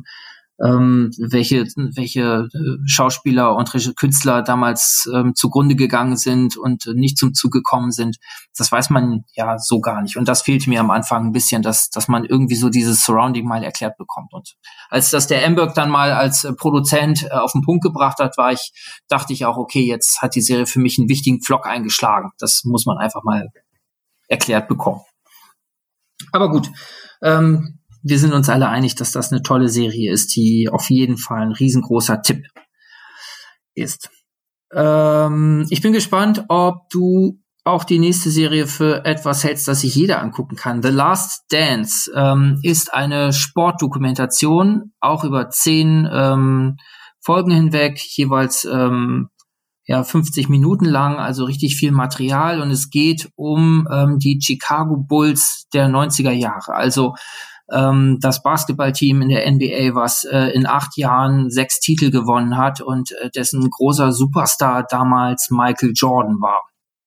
welche Schauspieler und Künstler damals zugrunde gegangen sind und nicht zum Zug gekommen sind. Das weiß man ja so gar nicht. Und das fehlte mir am Anfang ein bisschen, dass man irgendwie so dieses Surrounding mal erklärt bekommt. Und als das der Amberg dann mal als Produzent auf den Punkt gebracht hat, dachte ich auch, okay, jetzt hat die Serie für mich einen wichtigen Pflock eingeschlagen. Das muss man einfach mal erklärt bekommen. Aber gut, wir sind uns alle einig, dass das eine tolle Serie ist, die auf jeden Fall ein riesengroßer Tipp ist. Ich bin gespannt, ob du auch die nächste Serie für etwas hältst, das sich jeder angucken kann. The Last Dance ist eine Sportdokumentation, auch über 10 Folgen hinweg, jeweils 50 Minuten lang, also richtig viel Material. Und es geht um die Chicago Bulls der 90er Jahre. Also das Basketballteam in der NBA, was in 8 Jahren 6 Titel gewonnen hat und dessen großer Superstar damals Michael Jordan war.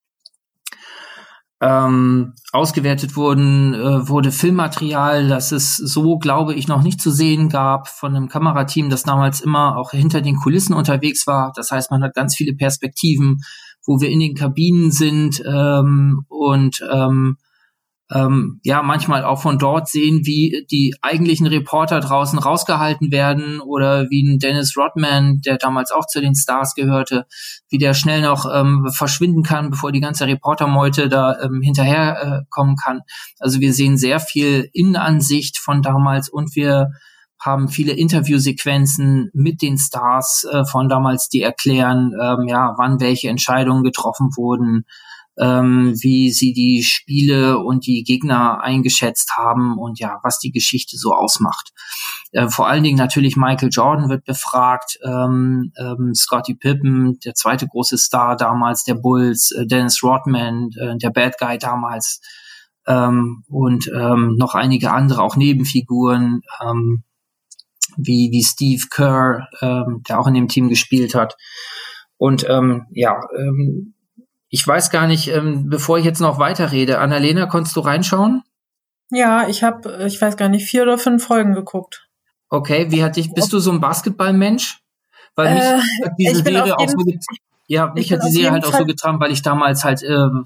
Ausgewertet wurde Filmmaterial, das es so, glaube ich, noch nicht zu sehen gab, von einem Kamerateam, das damals immer auch hinter den Kulissen unterwegs war. Das heißt, man hat ganz viele Perspektiven, wo wir in den Kabinen sind manchmal auch von dort sehen, wie die eigentlichen Reporter draußen rausgehalten werden oder wie ein Dennis Rodman, der damals auch zu den Stars gehörte, wie der schnell noch verschwinden kann, bevor die ganze Reportermeute da hinterher kommen kann. Also wir sehen sehr viel Innenansicht von damals und wir haben viele Interviewsequenzen mit den Stars von damals, die erklären, wann welche Entscheidungen getroffen wurden, wie sie die Spiele und die Gegner eingeschätzt haben und ja, was die Geschichte so ausmacht. Vor allen Dingen natürlich Michael Jordan wird befragt, Scottie Pippen, der zweite große Star damals der Bulls, Dennis Rodman, der Bad Guy damals und noch einige andere, auch Nebenfiguren, wie Steve Kerr, der auch in dem Team gespielt hat. Und ich weiß gar nicht, bevor ich jetzt noch weiterrede, Annalena, konntest du reinschauen? Ja, ich weiß gar nicht, 4 oder 5 Folgen geguckt. Okay, bist du so ein Basketballmensch? Weil mich hat diese Serie auch so mich hat die Serie halt auch so getragen, weil ich damals halt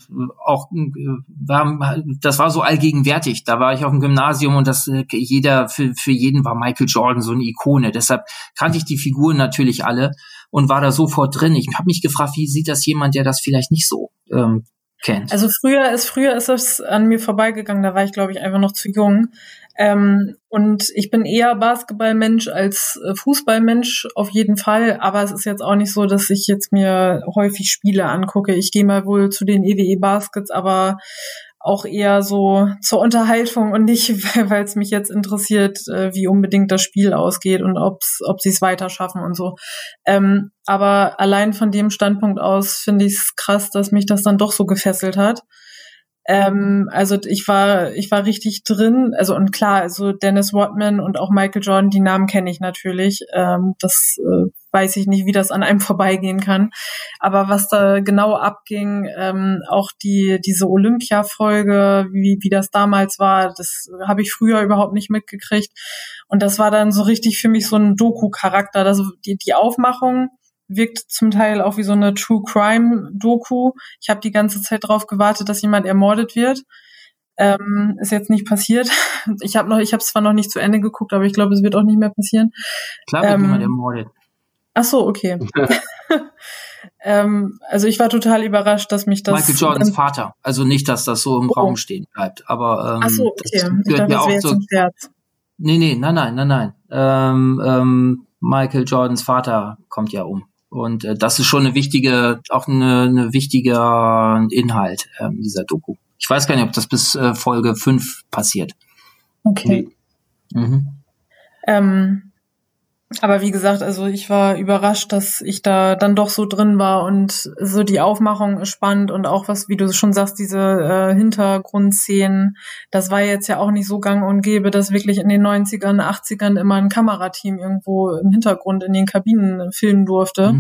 das war so allgegenwärtig. Da war ich auf dem Gymnasium und für jeden war Michael Jordan so eine Ikone. Deshalb kannte ich die Figuren natürlich alle und war da sofort drin. Ich habe mich gefragt, wie sieht das jemand, der das vielleicht nicht so kennt? Also früher ist es an mir vorbeigegangen, da war ich, glaube ich, einfach noch zu jung. Und ich bin eher Basketballmensch als Fußballmensch auf jeden Fall, aber es ist jetzt auch nicht so, dass ich jetzt mir häufig Spiele angucke. Ich gehe mal wohl zu den EWE Baskets, aber auch eher so zur Unterhaltung und nicht, weil es mich jetzt interessiert, wie unbedingt das Spiel ausgeht und ob sie es weiter schaffen und so. Aber allein von dem Standpunkt aus finde ich es krass, dass mich das dann doch so gefesselt hat. Also ich war richtig drin, also und klar, also Dennis Rodman und auch Michael Jordan, die Namen kenne ich natürlich, das weiß ich nicht, wie das an einem vorbeigehen kann, aber was da genau abging, auch diese Olympia-Folge, wie das damals war, das habe ich früher überhaupt nicht mitgekriegt und das war dann so richtig für mich so ein Doku-Charakter, also die Aufmachung wirkt zum Teil auch wie so eine True-Crime-Doku. Ich habe die ganze Zeit drauf gewartet, dass jemand ermordet wird. Ist jetzt nicht passiert. Ich habe es zwar noch nicht zu Ende geguckt, aber ich glaube, es wird auch nicht mehr passieren. Klar wird jemand ermordet. Ach so, okay. Also ich war total überrascht, dass mich das... Michael Jordans Vater. Also nicht, dass das so im Raum stehen bleibt, aber ach so, okay. Das gehört mir auch so... Nein. Michael Jordans Vater kommt ja um. Und das ist schon eine wichtiger Inhalt dieser Doku. Ich weiß gar nicht, ob das bis Folge 5 passiert. Okay. Aber wie gesagt, also ich war überrascht, dass ich da dann doch so drin war und so die Aufmachung ist spannend und auch was, wie du schon sagst, diese Hintergrundszenen, das war jetzt ja auch nicht so gang und gäbe, dass wirklich in den 90ern, 80ern immer ein Kamerateam irgendwo im Hintergrund in den Kabinen filmen durfte.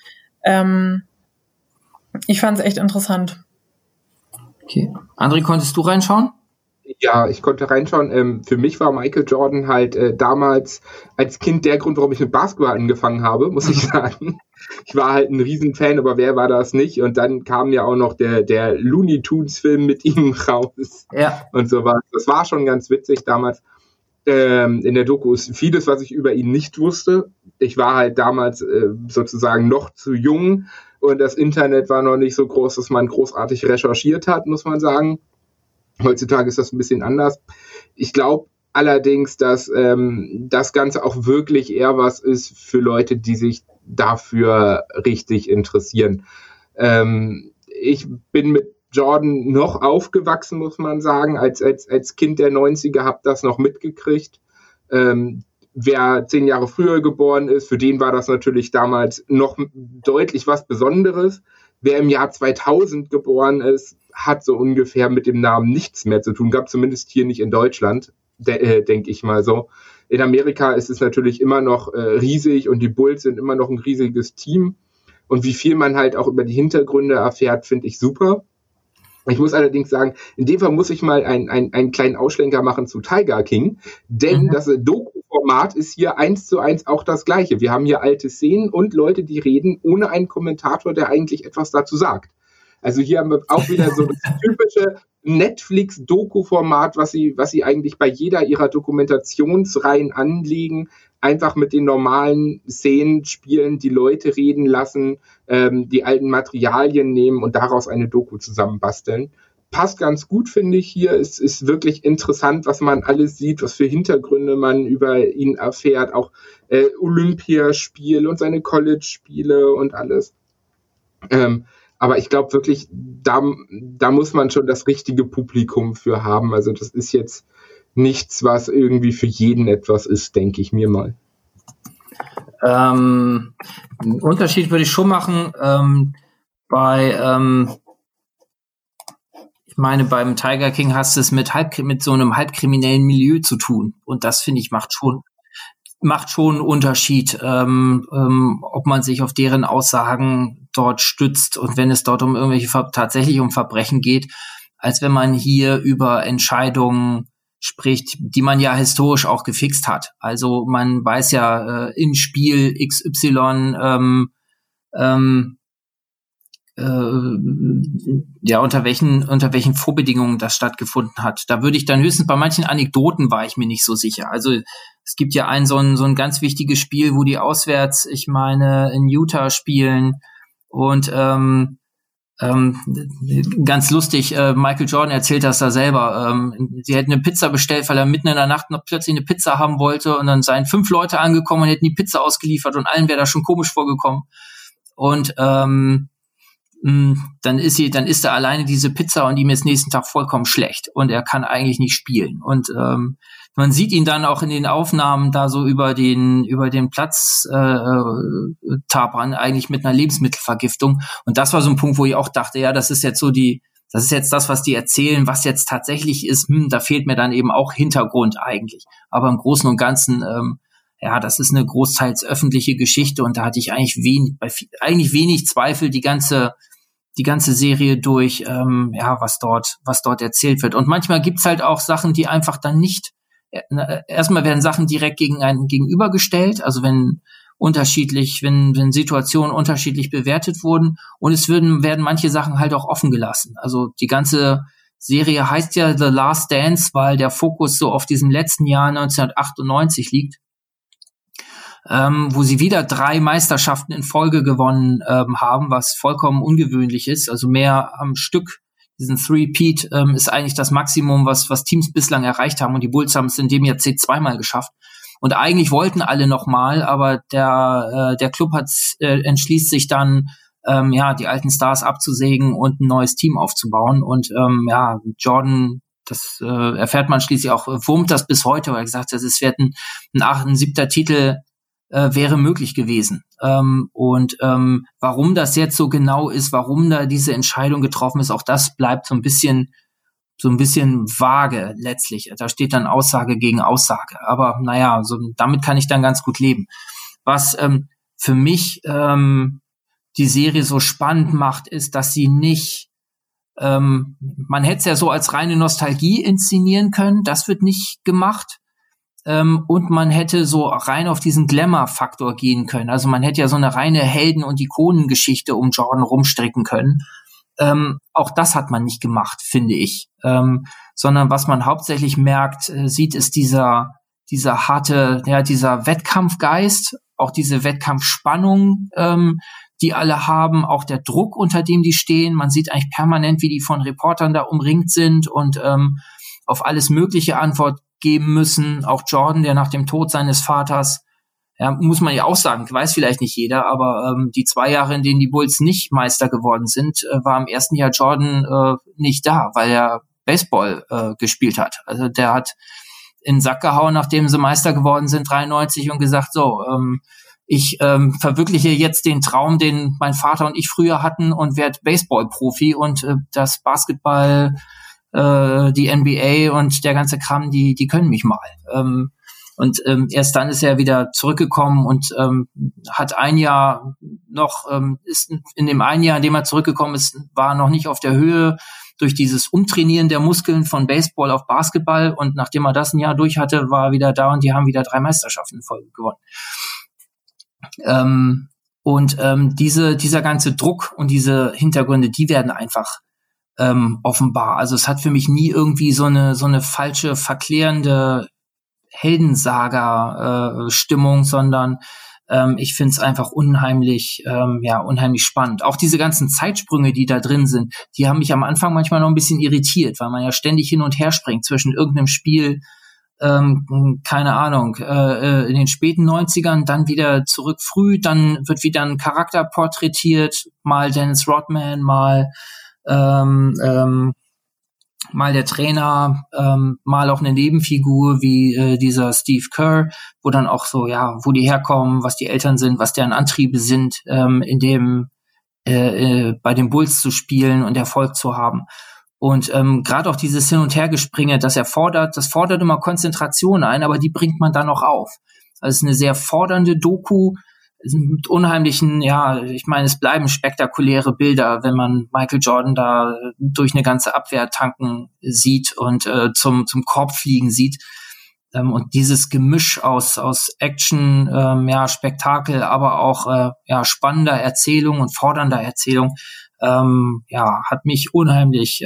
Ich fand es echt interessant. Okay. André, konntest du reinschauen? Ja, ich konnte reinschauen. Für mich war Michael Jordan halt damals als Kind der Grund, warum ich mit Basketball angefangen habe, muss ich sagen. Ich war halt ein Riesenfan, aber wer war das nicht? Und dann kam ja auch noch der Looney Tunes Film mit ihm raus. Ja. Und sowas. Das war schon ganz witzig damals. In der Doku ist vieles, was ich über ihn nicht wusste. Ich war halt damals sozusagen noch zu jung und das Internet war noch nicht so groß, dass man großartig recherchiert hat, muss man sagen. Heutzutage ist das ein bisschen anders. Ich glaube allerdings, dass das Ganze auch wirklich eher was ist für Leute, die sich dafür richtig interessieren. Ich bin mit Jordan noch aufgewachsen, muss man sagen. Als Kind der 90er habe das noch mitgekriegt. Wer 10 Jahre früher geboren ist, für den war das natürlich damals noch deutlich was Besonderes. Wer im Jahr 2000 geboren ist, hat so ungefähr mit dem Namen nichts mehr zu tun, gab zumindest hier nicht in Deutschland. denke ich mal so. In Amerika ist es natürlich immer noch riesig und die Bulls sind immer noch ein riesiges Team. Und wie viel man halt auch über die Hintergründe erfährt, finde ich super. Ich muss allerdings sagen, in dem Fall muss ich mal einen kleinen Ausschlenker machen zu Tiger King, denn das Doku-Format ist hier 1:1 auch das gleiche. Wir haben hier alte Szenen und Leute, die reden, ohne einen Kommentator, der eigentlich etwas dazu sagt. Also hier haben wir auch wieder so das typische Netflix-Doku-Format, was sie eigentlich bei jeder ihrer Dokumentationsreihen anlegen, einfach mit den normalen Szenen spielen, die Leute reden lassen, die alten Materialien nehmen und daraus eine Doku zusammenbasteln. Passt ganz gut, finde ich hier. Es ist wirklich interessant, was man alles sieht, was für Hintergründe man über ihn erfährt, auch Olympiaspiele und seine College-Spiele und alles. Aber ich glaube wirklich, da muss man schon das richtige Publikum für haben. Also das ist jetzt nichts, was irgendwie für jeden etwas ist, denke ich mir mal. Einen Unterschied würde ich schon machen. Ich meine, beim Tiger King hast du es mit so einem halbkriminellen Milieu zu tun. Und das, finde ich, macht schon einen Unterschied, ob man sich auf deren Aussagen dort stützt und wenn es dort tatsächlich um Verbrechen geht, als wenn man hier über Entscheidungen spricht, die man ja historisch auch gefixt hat. Also man weiß ja in Spiel XY unter welchen Vorbedingungen das stattgefunden hat. Da würde ich dann höchstens bei manchen Anekdoten war ich mir nicht so sicher. Also es gibt ja so ein ganz wichtiges Spiel, wo die auswärts, ich meine, in Utah spielen und ganz lustig, Michael Jordan erzählt das da selber. Sie hätten eine Pizza bestellt, weil er mitten in der Nacht noch plötzlich eine Pizza haben wollte und dann seien 5 Leute angekommen und hätten die Pizza ausgeliefert und allen wäre das schon komisch vorgekommen. Und dann isst er alleine diese Pizza und ihm ist nächsten Tag vollkommen schlecht und er kann eigentlich nicht spielen. Und man sieht ihn dann auch in den Aufnahmen da so über den Platz tapern, eigentlich mit einer Lebensmittelvergiftung. Und das war so ein Punkt, wo ich auch dachte, ja, das ist jetzt das, was die erzählen, was jetzt tatsächlich ist, da fehlt mir dann eben auch Hintergrund eigentlich. Aber im Großen und Ganzen, das ist eine großteils öffentliche Geschichte und da hatte ich eigentlich wenig Zweifel, die ganze Serie durch, was dort erzählt wird. Und manchmal gibt's halt auch Sachen, die einfach dann nicht, erstmal werden Sachen direkt gegenübergestellt, also wenn Situationen unterschiedlich bewertet wurden und werden manche Sachen halt auch offen gelassen. Also die ganze Serie heißt ja The Last Dance, weil der Fokus so auf diesem letzten Jahr 1998 liegt. Wo sie wieder 3 Meisterschaften in Folge gewonnen haben, was vollkommen ungewöhnlich ist. Also mehr am Stück, diesen Three-Peat ist eigentlich das Maximum, was Teams bislang erreicht haben. Und die Bulls haben es in dem Jahrzehnt 2-mal geschafft. Und eigentlich wollten alle nochmal, aber der Club entschließt sich dann, die alten Stars abzusägen und ein neues Team aufzubauen. Und Jordan, das erfährt man schließlich auch, wurmt das bis heute, weil er gesagt hat, es wird ein 7. Titel wäre möglich gewesen. Warum das jetzt so genau ist, warum da diese Entscheidung getroffen ist, auch das bleibt so ein bisschen vage letztlich. Da steht dann Aussage gegen Aussage. Aber damit kann ich dann ganz gut leben. Was für mich die Serie so spannend macht, ist, dass sie nicht man hätte es ja so als reine Nostalgie inszenieren können. Das wird nicht gemacht. Und man hätte so rein auf diesen Glamour-Faktor gehen können. Also man hätte ja so eine reine Helden- und Ikonengeschichte um Jordan rumstricken können. Auch das hat man nicht gemacht, finde ich. Sondern was man hauptsächlich sieht, ist dieser harte, dieser Wettkampfgeist, auch diese Wettkampfspannung, die alle haben, auch der Druck, unter dem die stehen. Man sieht eigentlich permanent, wie die von Reportern da umringt sind und auf alles Mögliche Antwort geben müssen. Auch Jordan, der nach dem Tod seines Vaters, muss man ja auch sagen, weiß vielleicht nicht jeder, aber die 2 Jahre, in denen die Bulls nicht Meister geworden sind, war im ersten Jahr Jordan nicht da, weil er Baseball gespielt hat. Also der hat in den Sack gehauen, nachdem sie Meister geworden sind, 93, und gesagt, so, ich verwirkliche jetzt den Traum, den mein Vater und ich früher hatten und werde Baseball-Profi und das Basketball die NBA und der ganze Kram, die können mich mal. Und erst dann ist er wieder zurückgekommen und hat ein Jahr noch, ist in dem einen Jahr, in dem er zurückgekommen ist, war noch nicht auf der Höhe durch dieses Umtrainieren der Muskeln von Baseball auf Basketball. Und nachdem er das ein Jahr durch hatte, war er wieder da und die haben wieder 3 Meisterschaften in Folge gewonnen. Dieser ganze Druck und diese Hintergründe, die werden einfach offenbar. Also es hat für mich nie irgendwie so eine falsche, verklärende Heldensaga-Stimmung, sondern ich finde es einfach unheimlich spannend. Auch diese ganzen Zeitsprünge, die da drin sind, die haben mich am Anfang manchmal noch ein bisschen irritiert, weil man ja ständig hin und her springt zwischen irgendeinem Spiel, keine Ahnung, in den späten 90ern, dann wieder zurück früh, dann wird wieder ein Charakter porträtiert, mal Dennis Rodman, mal der Trainer, mal auch eine Nebenfigur wie dieser Steve Kerr, wo dann auch so, ja, wo die herkommen, was die Eltern sind, was deren Antriebe sind, bei den Bulls zu spielen und Erfolg zu haben. Und gerade auch dieses Hin- und Hergespringe, das fordert immer Konzentration ein, aber die bringt man dann auch auf. Also es ist eine sehr fordernde Doku, mit unheimlichen, ja, ich meine, es bleiben spektakuläre Bilder, wenn man Michael Jordan da durch eine ganze Abwehr tanken sieht und zum Korb fliegen sieht. Und dieses Gemisch aus Action, Spektakel, aber auch spannender Erzählung und fordernder Erzählung, hat mich unheimlich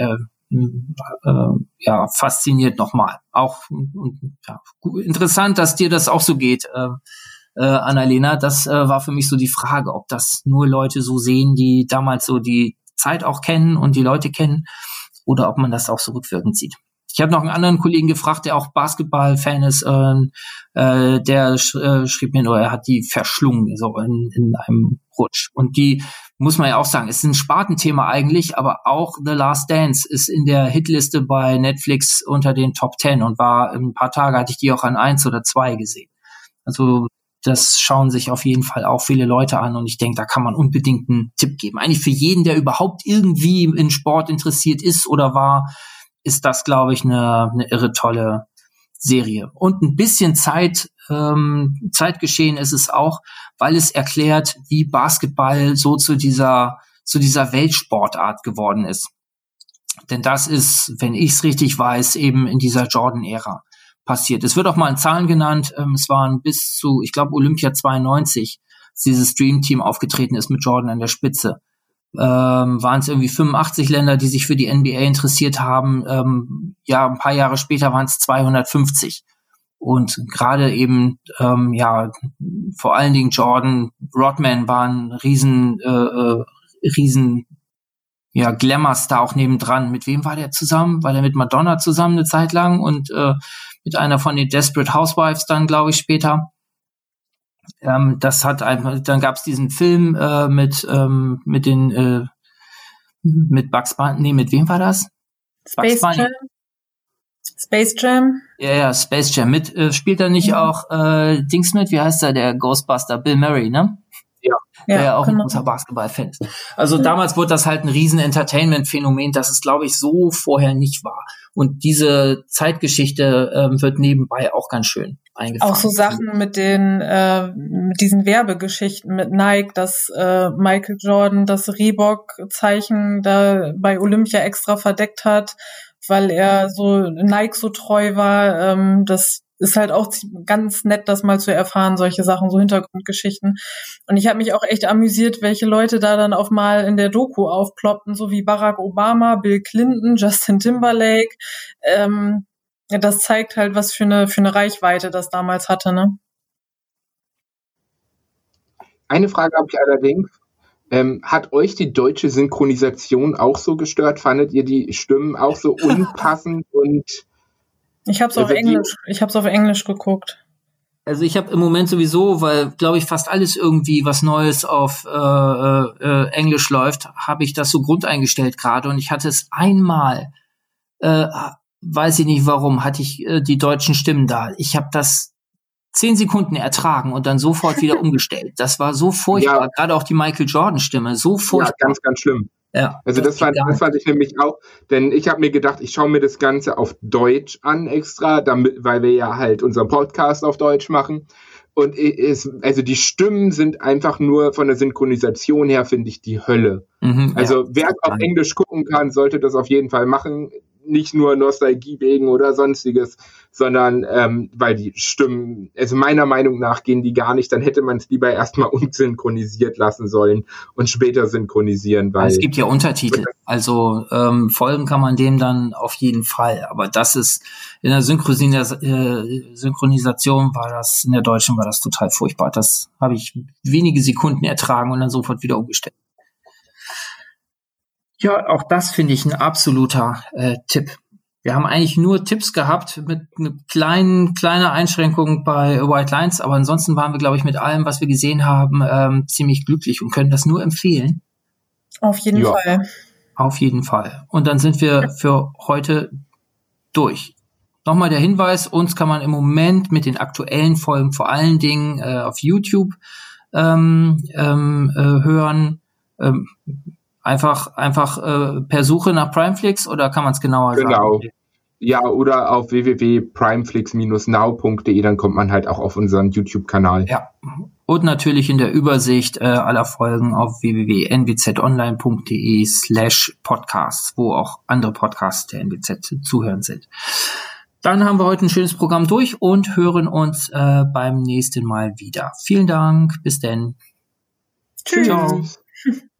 fasziniert nochmal. Auch interessant, dass dir das auch so geht, Annalena. Das war für mich so die Frage, ob das nur Leute so sehen, die damals so die Zeit auch kennen und die Leute kennen, oder ob man das auch so rückwirkend sieht. Ich habe noch einen anderen Kollegen gefragt, der auch Basketball-Fan ist, der schrieb mir nur, er hat die verschlungen, so in einem Rutsch. Und die, muss man ja auch sagen, ist ein Spartenthema eigentlich, aber auch The Last Dance ist in der Hitliste bei Netflix unter den Top 10 und war, in ein paar Tage hatte ich die auch an 1 oder 2 gesehen. Also das schauen sich auf jeden Fall auch viele Leute an und ich denke, da kann man unbedingt einen Tipp geben. Eigentlich für jeden, der überhaupt irgendwie in Sport interessiert ist oder war, ist das, glaube ich, eine irre tolle Serie. Und ein bisschen Zeitgeschehen ist es auch, weil es erklärt, wie Basketball so zu dieser Weltsportart geworden ist. Denn das ist, wenn ich es richtig weiß, eben in dieser Jordan-Ära passiert. Es wird auch mal in Zahlen genannt. Es waren bis zu, ich glaube, Olympia 92, als dieses Dream-Team aufgetreten ist mit Jordan an der Spitze. Waren es irgendwie 85 Länder, die sich für die NBA interessiert haben. Ein paar Jahre später waren es 250. Und gerade eben, vor allen Dingen Jordan, Rodman waren riesen Glamour-Star auch nebendran. Mit wem war der zusammen? War der mit Madonna zusammen eine Zeit lang und mit einer von den Desperate Housewives dann, glaube ich, später. Dann gab es diesen Film mit Bugs Bunny. Nee, mit wem war das? Space Jam. Space Jam. Ja, Space Jam. Spielt da nicht auch Dings mit? Wie heißt der? Der Ghostbuster Bill Murray, ne? Ja. Der ja auch ein großer Basketball-Fan ist. Also damals wurde das halt ein riesen Entertainment-Phänomen, das es, glaube ich, so vorher nicht war. Und diese Zeitgeschichte wird nebenbei auch ganz schön eingefangen. Auch so Sachen mit diesen Werbegeschichten mit Nike, dass Michael Jordan das Reebok-Zeichen da bei Olympia extra verdeckt hat, weil er so Nike so treu war. Das ist halt auch ganz nett, das mal zu erfahren, solche Sachen, so Hintergrundgeschichten. Und ich habe mich auch echt amüsiert, welche Leute da dann auf mal in der Doku aufploppten, so wie Barack Obama, Bill Clinton, Justin Timberlake. Das zeigt halt, was für eine Reichweite das damals hatte, ne? Eine Frage habe ich allerdings. Hat euch die deutsche Synchronisation auch so gestört? Fandet ihr die Stimmen auch so unpassend und Ich habe es auf Englisch geguckt. Also ich habe im Moment sowieso, weil, glaube ich, fast alles irgendwie was Neues auf Englisch läuft, habe ich das so grundeingestellt gerade. Und ich hatte es einmal, weiß ich nicht warum, hatte ich die deutschen Stimmen da. Ich habe das 10 Sekunden ertragen und dann sofort wieder umgestellt. Das war so furchtbar. Ja. Gerade auch die Michael Jordan-Stimme, so furchtbar. Ja, ganz, ganz schlimm. Ja, also das fand ich nämlich auch, denn ich habe mir gedacht, ich schaue mir das Ganze auf Deutsch an extra, weil wir ja halt unseren Podcast auf Deutsch machen. Und also die Stimmen sind einfach nur von der Synchronisation her, finde ich, die Hölle. Also wer auf Englisch gucken kann, sollte das auf jeden Fall machen. Nicht nur Nostalgie wegen oder sonstiges, sondern weil die Stimmen, also meiner Meinung nach gehen die gar nicht, dann hätte man es lieber erstmal unsynchronisiert lassen sollen und später synchronisieren. Weil es gibt ja Untertitel, also folgen kann man dem dann auf jeden Fall, aber das ist, in der Synchronisation war das, in der deutschen war das total furchtbar. Das habe ich wenige Sekunden ertragen und dann sofort wieder umgestellt. Ja, auch das finde ich ein absoluter Tipp. Wir haben eigentlich nur Tipps gehabt mit kleiner Einschränkung bei White Lines, aber ansonsten waren wir, glaube ich, mit allem, was wir gesehen haben, ziemlich glücklich und können das nur empfehlen. Auf jeden Fall. Auf jeden Fall. Und dann sind wir für heute durch. Nochmal der Hinweis, uns kann man im Moment mit den aktuellen Folgen vor allen Dingen auf YouTube hören. Einfach per Suche nach Primeflix oder kann man es genauer sagen? Genau. Ja, oder auf www.primeflix-now.de, dann kommt man halt auch auf unseren YouTube-Kanal. Ja, und natürlich in der Übersicht aller Folgen auf www.nwzonline.de/podcasts, wo auch andere Podcasts der NWZ zu hören sind. Dann haben wir heute ein schönes Programm durch und hören uns beim nächsten Mal wieder. Vielen Dank, bis denn. Tschüss. Ciao.